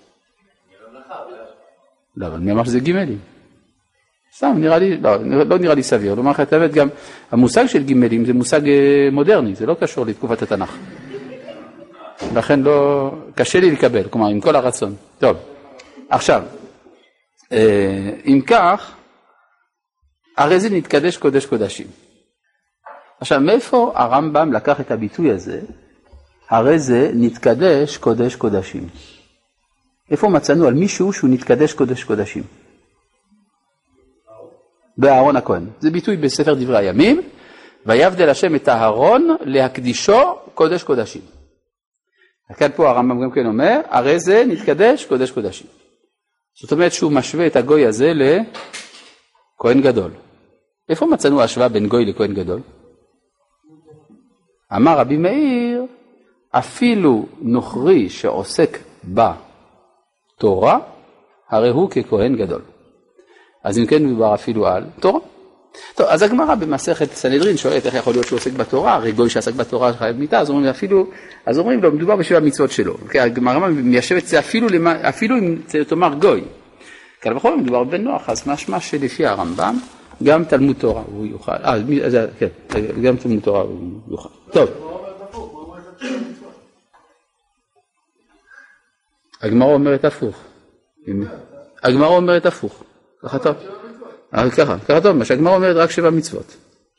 לא, אבל מי אמר שזה גימלים? סתם, נראה לי, לא, לא נראה לי סביר. לומר לך את האמת, גם המושג של גימלים זה מושג מודרני, זה לא קשור לתקופת התנ"ך. לכן לא, קשה לי לקבל, כלומר, עם כל הרצון. טוב, עכשיו, אם כך, הרי זה נתקדש קודש קודשים. עכשיו, מאיפה הרמב"ם לקח את הביטוי הזה? הרי זה נתקדש קודש קודשים. איפה מצאנו על מישהו שהוא נתקדש קודש קודשים? באהרון הכהן. זה ביטוי בספר דברי הימים, ויבדל השם את אהרון להקדישו קודש קודשים. כאן פה הרמב"ם גם כן אומר, הרי זה נתקדש קודש קודשים. זאת אומרת שהוא משווה את הגוי הזה לכהן גדול. איפה מצאנו השוואה בין גוי לכהן גדול? אמר רבי מאיר, אפילו נוכרי שעוסק בתורה, הרי הוא ככהן גדול. אז אם כן מדובר אפילו על תורה. טוב, אז הגמרא במסכת סנהדרין שואלת איך יכול להיות שהוא עוסק בתורה, הרי גוי שעסק בתורה חייב מיתה, אז אומרים אפילו, אז אומרים לו, מדובר בשבע מצוות שלו. כי הגמרא מיישבת זה אפילו, אפילו אם תאמר גוי. כאן בכל מדובר בן נוח, אז משמע שלפי הרמב"ם, גם תלמוד תורה הוא יוכל. אה, כן, גם תלמוד תורה הוא יוכל. טוב. הגמרא אומרת הפוך. הגמרא אומרת הפוך. ככה טוב. ככה, ככה טוב, מה שהגמרא אומרת רק שבע מצוות.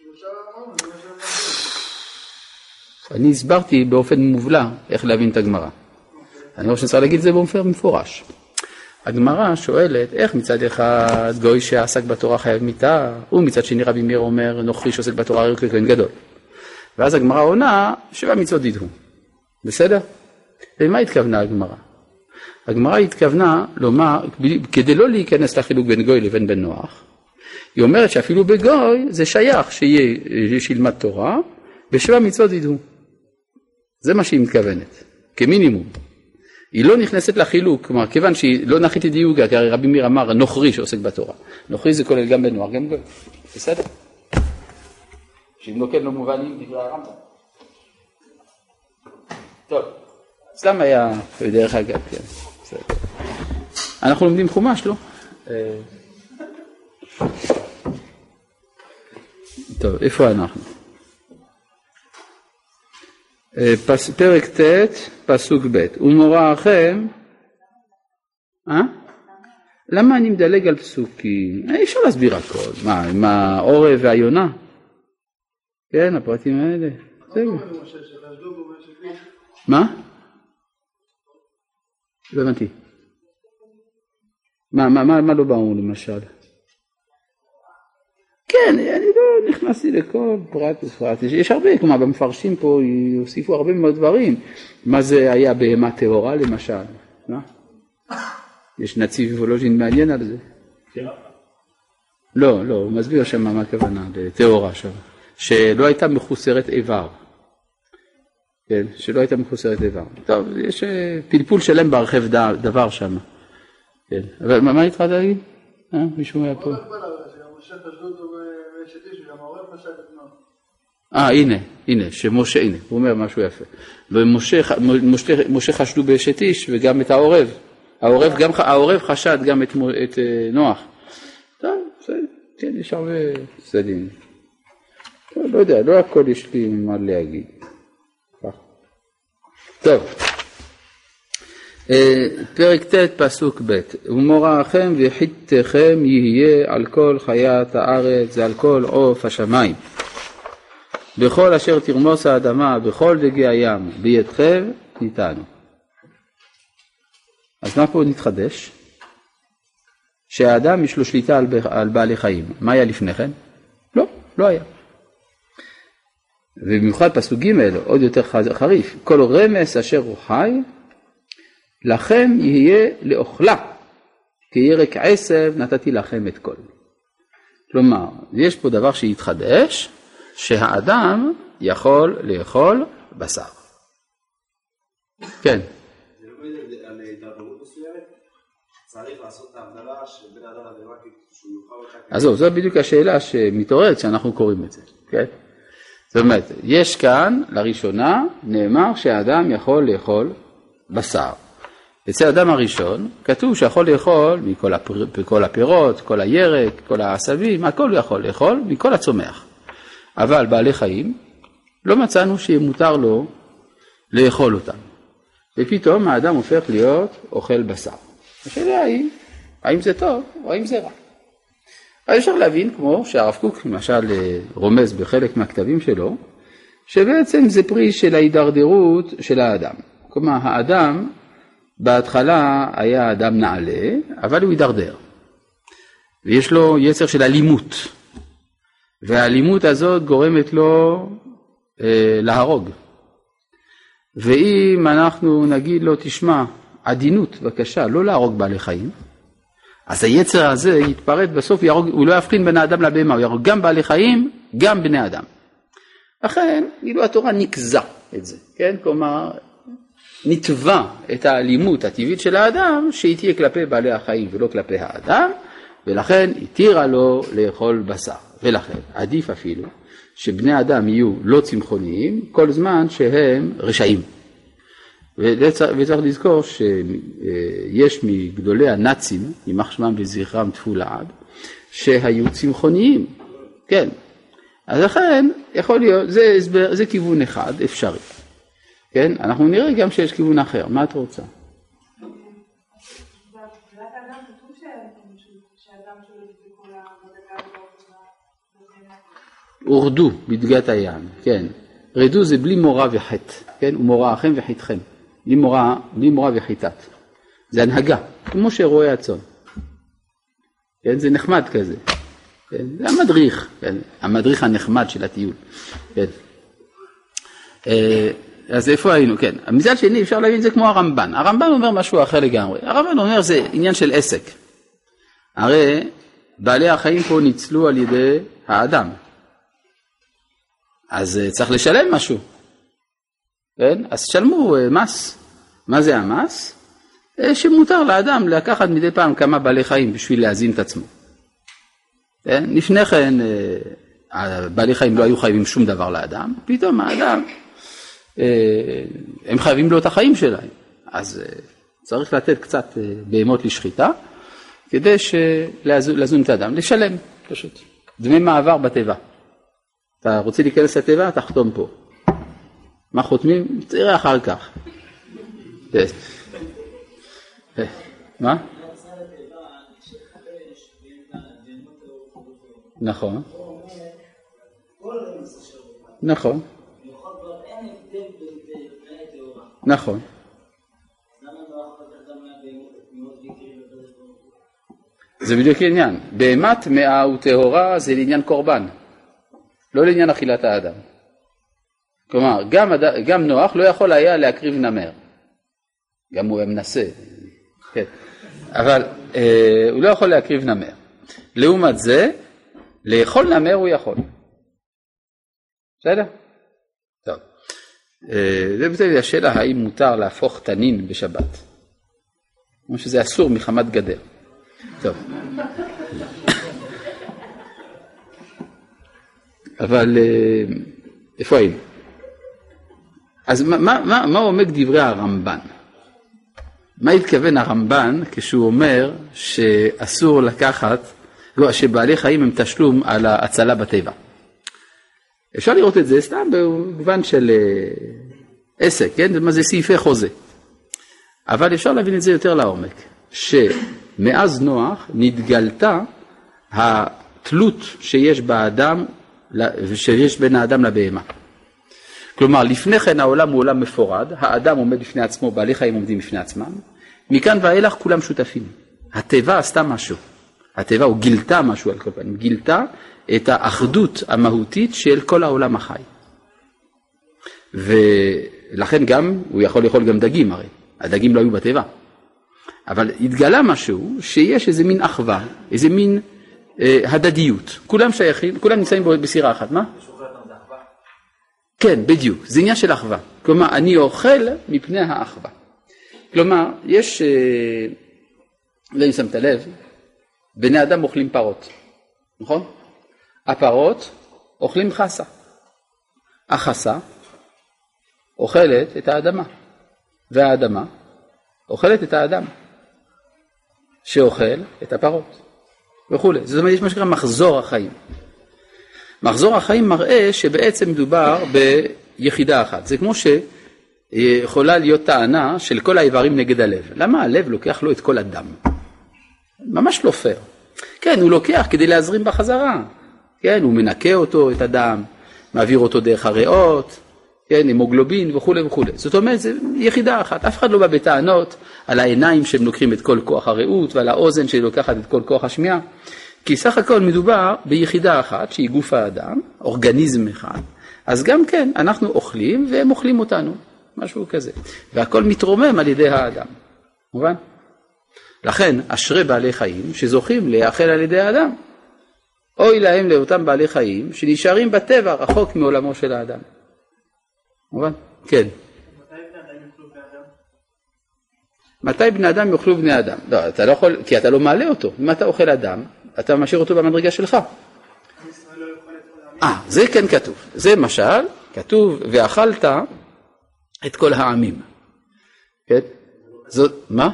אני הסברתי באופן מובלע איך להבין את הגמרא. אני חושב שצריך להגיד את זה באופן מפורש. הגמרא שואלת איך מצד אחד גוי שעסק בתורה חייב מיתה, ומצד שני רבי מאיר אומר נוכרי שעוסק בתורה הרי כהן גדול. ואז הגמרא עונה שבע מצוות דידו. בסדר? ומה התכוונה הגמרא? הגמרא התכוונה לומר, כדי לא להיכנס לחילוק בין גוי לבין בן נוח, היא אומרת שאפילו בגוי זה שייך שיהיה שילמד תורה, ושבע מצוות דידו. זה מה שהיא מתכוונת, כמינימום. היא לא נכנסת לחילוק, כלומר, כיוון שהיא לא נחית דיוגה, כי הרי רבי מאיר אמר נוכרי שעוסק בתורה. נוכרי זה כולל גם בן נוער, גם גוי. בסדר? שאם לא כן לא מובנים דברי הרמב"ם. טוב, סתם היה בדרך אגב, כן. בסדר. אנחנו לומדים חומש, לא? טוב, איפה אנחנו? פס, פרק ט', פסוק ב', ומוראכם, אה? למה אני מדלג על פסוקים? אי אפשר להסביר הכל. מה, עם העורב והיונה? כן, הפרטים האלה. מה? לא הבנתי. מה, מה, מה, מה לא ברור למשל? כן, אני לא נכנסתי לכל פרט ופרט. יש הרבה, כלומר, במפרשים פה יוסיפו הרבה מאוד דברים. מה זה היה בהמה טהורה למשל? מה? יש נציב איבולוגין מעניין על זה. כן? לא, לא, הוא מסביר שם מה הכוונה, לטהורה שם. שלא הייתה מחוסרת איבר. כן, שלא הייתה מחוסרת איבר. טוב, יש פלפול שלם בהרחב דבר שם. כן, אבל מה התחלת להגיד? אה, מישהו היה פה? אה, הנה, הנה, שמשה, הנה, הוא אומר משהו יפה. ומשה חשדו באשת איש וגם את העורב. העורב, גם, העורב חשד גם את, את נוח. טוב, זה, כן, יש הרבה צדדים. טוב, לא יודע, לא הכל יש לי מה להגיד. טוב. פרק ט' פסוק ב' ומוראכם וחיתכם יהיה על כל חיית הארץ ועל כל עוף השמיים בכל אשר תרמוס האדמה בכל דגי הים בידכם ניתנו. אז מה פה נתחדש? שהאדם יש לו שליטה על, על בעלי חיים. מה היה לפני כן? לא, לא היה. ובמיוחד פסוק ג' עוד יותר חריף, כל רמס אשר הוא חי לכם יהיה לאוכלה, כי ירק עשב נתתי לכם את כל. כלומר, יש פה דבר שיתחדש, שהאדם יכול לאכול בשר. כן. זה לא מדבר על התדרדרות מסוימת? צריך לעשות את ההבדלה שבין האדם לבהמה שהוא יוכל אותה... אז זו בדיוק השאלה שמתעוררת כשאנחנו קוראים את זה. כן? זאת אומרת, יש כאן לראשונה נאמר שהאדם יכול לאכול בשר. אצל האדם הראשון כתוב שיכול לאכול מכל הפיר, מכל הפירות, כל הירק, כל העשבים, הכל הוא יכול לאכול מכל הצומח. אבל בעלי חיים לא מצאנו שמותר לו לאכול אותם. ופתאום האדם הופך להיות אוכל בשר. השאלה היא, האם זה טוב או האם זה רע? אז אפשר להבין, כמו שהרב קוק למשל רומז בחלק מהכתבים שלו, שבעצם זה פרי של ההידרדרות של האדם. כלומר, האדם בהתחלה היה אדם נעלה, אבל הוא הידרדר. ויש לו יצר של אלימות. והאלימות הזאת גורמת לו אה, להרוג. ואם אנחנו נגיד לו, תשמע, עדינות, בבקשה, לא להרוג בעלי חיים, אז היצר הזה יתפרט בסוף, ירוג, הוא לא יבחין בין האדם לבהמה, הוא ירוג גם בעלי חיים, גם בני אדם. לכן, כאילו התורה נקזה את זה, כן? כלומר, נתווה את האלימות הטבעית של האדם, שהיא תהיה כלפי בעלי החיים ולא כלפי האדם, ולכן התירה לו לאכול בשר. ולכן, עדיף אפילו, שבני אדם יהיו לא צמחוניים, כל זמן שהם רשעים. וצריך לזכור שיש מגדולי הנאצים, יימח שמם וזכרם טפו לעד, שהיו צמחוניים. כן. אז לכן, יכול להיות, זה, זה, זה כיוון אחד, אפשרי. כן? אנחנו נראה גם שיש כיוון אחר. מה את רוצה? הורדו בדגת הים, כן. רדו זה בלי מורא וחטא, כן? ומוראכם וחיתכם. בלי מורא, בלי מורא וחיתת. זה הנהגה, כמו שרואי הצאן. כן? זה נחמד כזה. כן? זה המדריך, כן? המדריך הנחמד של הטיול. כן. אז איפה היינו? כן. מצד שני אפשר להגיד זה כמו הרמב"ן. הרמב"ן אומר משהו אחר לגמרי. הרמב"ן אומר זה עניין של עסק. הרי בעלי החיים פה ניצלו על ידי האדם. אז צריך לשלם משהו. כן? אז שלמו מס. מה זה המס? שמותר לאדם לקחת מדי פעם כמה בעלי חיים בשביל להזין את עצמו. לפני כן, בעלי חיים לא היו חייבים שום דבר לאדם, פתאום האדם, הם חייבים לו את החיים שלהם. אז צריך לתת קצת בהמות לשחיטה, כדי לזון את האדם, לשלם פשוט. דמי מעבר בטבע. אתה רוצה להיכנס לטבע, תחתום פה. מה חותמים? תראה אחר כך. מה? נכון. נכון. נכון. זה בדיוק עניין. בהמה טמאה וטהורה זה לעניין קורבן, לא לעניין אכילת האדם. כלומר, גם, גם נוח לא יכול היה להקריב נמר. גם הוא מנסה. כן. אבל אה, הוא לא יכול להקריב נמר. לעומת זה, לאכול נמר הוא יכול. בסדר? טוב. אה, זה בטח השאלה האם מותר להפוך תנין בשבת. כמו שזה אסור מחמת גדר. טוב. אבל איפה היינו? אז מה, מה, מה עומד דברי הרמב"ן? מה התכוון הרמב"ן כשהוא אומר שאסור לקחת, שבעלי חיים הם תשלום על ההצלה בטבע? אפשר לראות את זה סתם במובן של עסק, כן? מה זה סעיפי חוזה. אבל אפשר להבין את זה יותר לעומק, שמאז נוח נתגלתה התלות שיש באדם, שיש בין האדם לבהמה. כלומר, לפני כן העולם הוא עולם מפורד, האדם עומד בפני עצמו, בעלי חיים עומדים בפני עצמם, מכאן ואילך כולם שותפים. הטבע עשתה משהו, הטבע הוא גילתה משהו על כל פנים, גילתה את האחדות המהותית של כל העולם החי. ולכן גם, הוא יכול לאכול גם דגים הרי, הדגים לא היו בטבע. אבל התגלה משהו שיש איזה מין אחווה, איזה מין אה, הדדיות. כולם שייכים, כולם נמצאים בסירה אחת, מה? כן, בדיוק, זה עניין של אחווה. כלומר, אני אוכל מפני האחווה. כלומר, יש, אה, לא אם שמת לב, בני אדם אוכלים פרות, נכון? הפרות אוכלים חסה. החסה אוכלת את האדמה, והאדמה אוכלת את האדם, שאוכל את הפרות, וכו'. זאת אומרת, יש מה שנקרא מחזור החיים. מחזור החיים מראה שבעצם מדובר ביחידה אחת. זה כמו שיכולה להיות טענה של כל האיברים נגד הלב. למה הלב לוקח לו את כל הדם? ממש לא פייר. כן, הוא לוקח כדי להזרים בחזרה. כן, הוא מנקה אותו, את הדם, מעביר אותו דרך הריאות, כן, המוגלובין וכו' וכו'. זאת אומרת, זה יחידה אחת. אף אחד לא בא בטענות על העיניים שהם לוקחים את כל כוח הראות, ועל האוזן שלוקחת את כל כוח השמיעה. כי סך הכל מדובר ביחידה אחת, שהיא גוף האדם, אורגניזם אחד. אז גם כן, אנחנו אוכלים והם אוכלים אותנו, משהו כזה. והכל מתרומם על ידי האדם. מובן? לכן, אשרי בעלי חיים שזוכים להאכל על ידי האדם. אוי להם לאותם בעלי חיים שנשארים בטבע רחוק מעולמו של האדם. מובן? כן. מתי בני אדם יאכלו בני אדם? לא, אתה לא יכול, כי אתה לא מעלה אותו. אם אתה אוכל אדם, אתה משאיר אותו במדרגה שלך. אה, זה כן כתוב. זה משל, כתוב, ואכלת את כל העמים. כן? זאת, מה?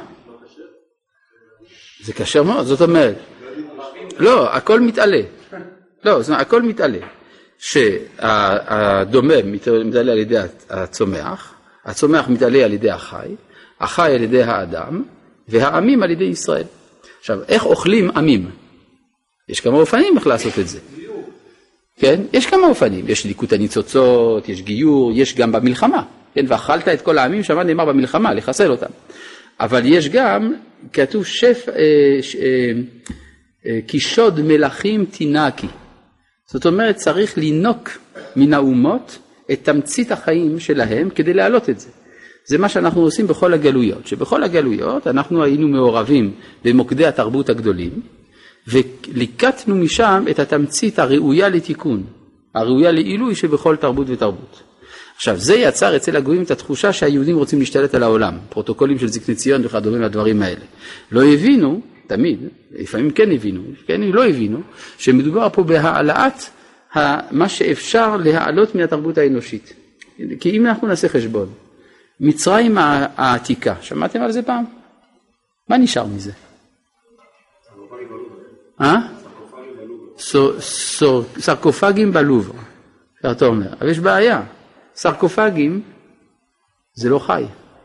זה קשר מאוד, זאת אומרת. לא, הכל מתעלה. לא, זאת אומרת, הכל מתעלה. שהדומם מתעלה על ידי הצומח, הצומח מתעלה על ידי החי, החי על ידי האדם, והעמים על ידי ישראל. עכשיו, איך אוכלים עמים? יש כמה אופנים איך לעשות את זה. כן? יש כמה אופנים. יש ליקוט הניצוצות, יש גיור, יש גם במלחמה. כן? ואכלת את כל העמים, שמה נאמר במלחמה, לחסל אותם. אבל יש גם, כתוב שף, אה, אה, אה, כי שוד מלכים תינקי. זאת אומרת, צריך לינוק מן האומות את תמצית החיים שלהם כדי להעלות את זה. זה מה שאנחנו עושים בכל הגלויות. שבכל הגלויות אנחנו היינו מעורבים במוקדי התרבות הגדולים, וליקטנו משם את התמצית הראויה לתיקון, הראויה לעילוי שבכל תרבות ותרבות. עכשיו, זה יצר אצל הגויים את התחושה שהיהודים רוצים להשתלט על העולם, פרוטוקולים של זקני ציון וכדומה מהדברים האלה. לא הבינו, תמיד, לפעמים כן הבינו, כן לא הבינו, שמדובר פה בהעלאת מה שאפשר להעלות מהתרבות האנושית. כי אם אנחנו נעשה חשבון, מצרים העתיקה, שמעתם על זה פעם? מה נשאר מזה? אה? סרקופגים בלובר, אתה אומר, אבל יש בעיה, סרקופגים זה לא חי.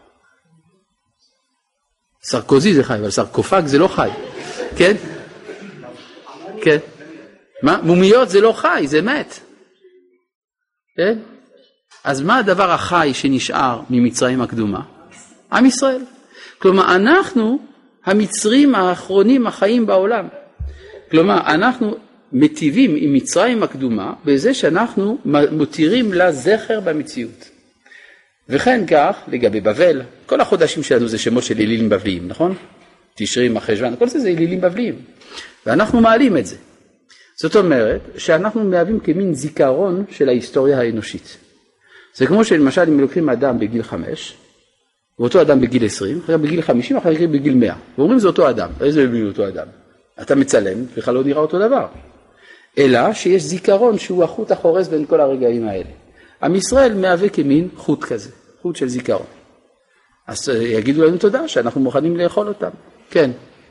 סרקוזי זה חי, אבל סרקופג זה לא חי, כן? כן. מה? מומיות זה לא חי, זה מת. כן? אז מה הדבר החי שנשאר ממצרים הקדומה? עם ישראל. כלומר, אנחנו המצרים האחרונים החיים בעולם. כלומר, אנחנו מטיבים עם מצרים הקדומה בזה שאנחנו מותירים לה זכר במציאות. וכן כך, לגבי בבל, כל החודשים שלנו זה שמות של אלילים בבליים, נכון? תשרים, חשוון, כל זה זה אלילים בבליים. ואנחנו מעלים את זה. זאת אומרת שאנחנו מהווים כמין זיכרון של ההיסטוריה האנושית. זה כמו שלמשל אם לוקחים אדם בגיל חמש, ואותו אדם בגיל עשרים, אחר בגיל חמישים, אחר בגיל מאה. ואומרים זה אותו אדם. איזה בגיל אותו אדם? אתה מצלם, בכלל לא נראה אותו דבר. אלא שיש זיכרון שהוא החוט החורס בין כל הרגעים האלה. עם ישראל מהווה כמין חוט כזה, חוט של זיכרון. אז יגידו לנו תודה שאנחנו מוכנים לאכול אותם. כן.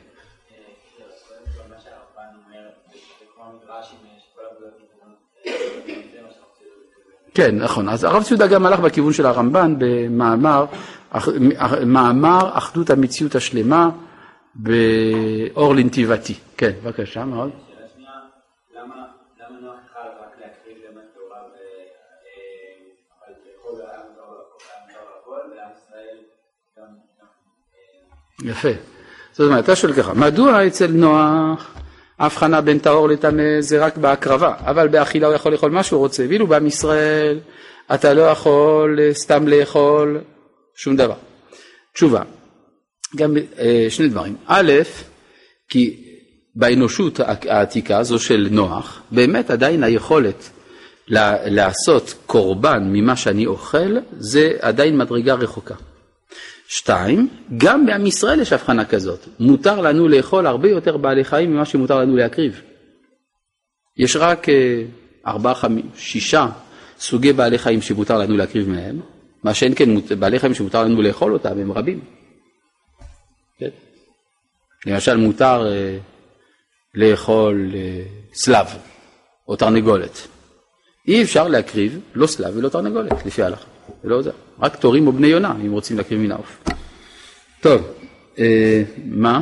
כן, נכון. אז הרב ציודה גם הלך בכיוון של הרמב"ן במאמר, מאמר אחדות המציאות השלמה באור לנתיבתי. כן, בבקשה, מאוד. שאלה שנייה, למה נוח אחד רק להקריב למה תורה אבל בכל העם תורה הכל, ועם ישראל גם... יפה. זאת אומרת, אתה שואל ככה, מדוע אצל נוח ההבחנה בין טהור לטמא זה רק בהקרבה, אבל באכילה הוא יכול לאכול מה שהוא רוצה, ואילו בעם ישראל אתה לא יכול סתם לאכול שום דבר. תשובה, גם שני דברים. א', כי באנושות העתיקה זו של נוח, באמת עדיין היכולת לעשות קורבן ממה שאני אוכל, זה עדיין מדרגה רחוקה. שתיים, גם בעם ישראל יש הבחנה כזאת. מותר לנו לאכול הרבה יותר בעלי חיים ממה שמותר לנו להקריב. יש רק ארבעה, חמישה, שישה סוגי בעלי חיים שמותר לנו להקריב מהם, מה שאין כן בעלי חיים שמותר לנו לאכול אותם, הם רבים. כן? למשל מותר אה, לאכול אה, סלב או תרנגולת. אי אפשר להקריב לא סלב ולא תרנגולת לפי ההלכה. לא יודע, רק תורים או בני יונה אם רוצים להקריב מן העוף. טוב, אה, מה?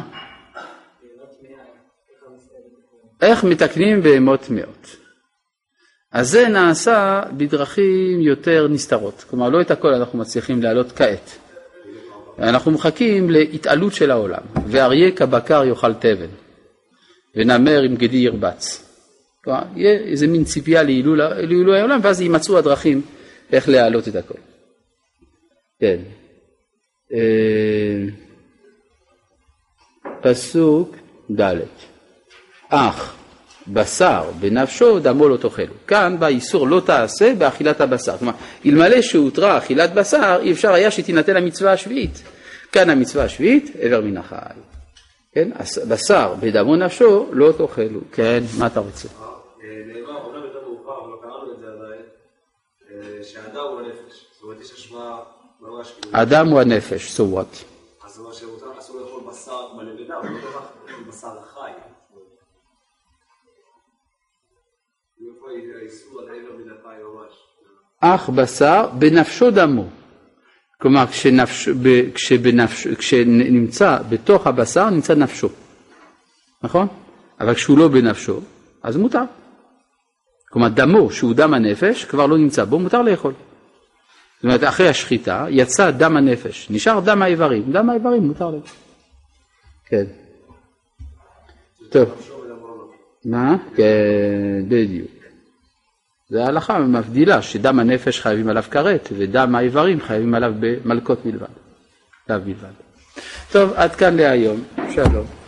איך מתקנים בהמות טמאות? אז זה נעשה בדרכים יותר נסתרות. כלומר, לא את הכל אנחנו מצליחים להעלות כעת. אנחנו מחכים להתעלות של העולם. ואריה כבקר יאכל תבן, ונמר עם גדי ירבץ. כלומר, יהיה איזה מין ציפייה לעילוי העולם, ואז יימצאו הדרכים איך להעלות את הכל. כן. פסוק ד' אך בשר בנפשו דמו לא תאכלו. כאן באיסור לא תעשה באכילת הבשר. כלומר, אלמלא שהותרה אכילת בשר, אי אפשר היה שתינתן המצווה השביעית. כאן המצווה השביעית, עבר מן החי. כן? בשר בדמו נפשו לא תאכלו. כן, מה אתה רוצה? נאמר, אומנם יותר מאוחר, אבל לא קראנו את זה עדיין, שהאדם הוא הנפש. זאת אומרת, יש השוואה ממש... האדם הוא הנפש, so what? אז מה שמותר, אסור לאכול בשר מלא בדם, לא רק בשר החי. איפה האיסור על עבר מן החי ממש? אך בשר בנפשו דמו. כלומר, כשנפש, כשבנפש, כשנמצא בתוך הבשר, נמצא נפשו. נכון? אבל כשהוא לא בנפשו, אז מותר. כלומר, דמו, שהוא דם הנפש, כבר לא נמצא בו, מותר לאכול. זאת אומרת, אחרי השחיטה, יצא דם הנפש, נשאר דם האיברים. דם האיברים מותר לאכול. כן. טוב. מה? כן, בדיוק. זה ההלכה מבדילה שדם הנפש חייבים עליו כרת, ודם האיברים חייבים עליו במלכות בלבד. לאו בלבד. טוב, עד כאן להיום. שלום.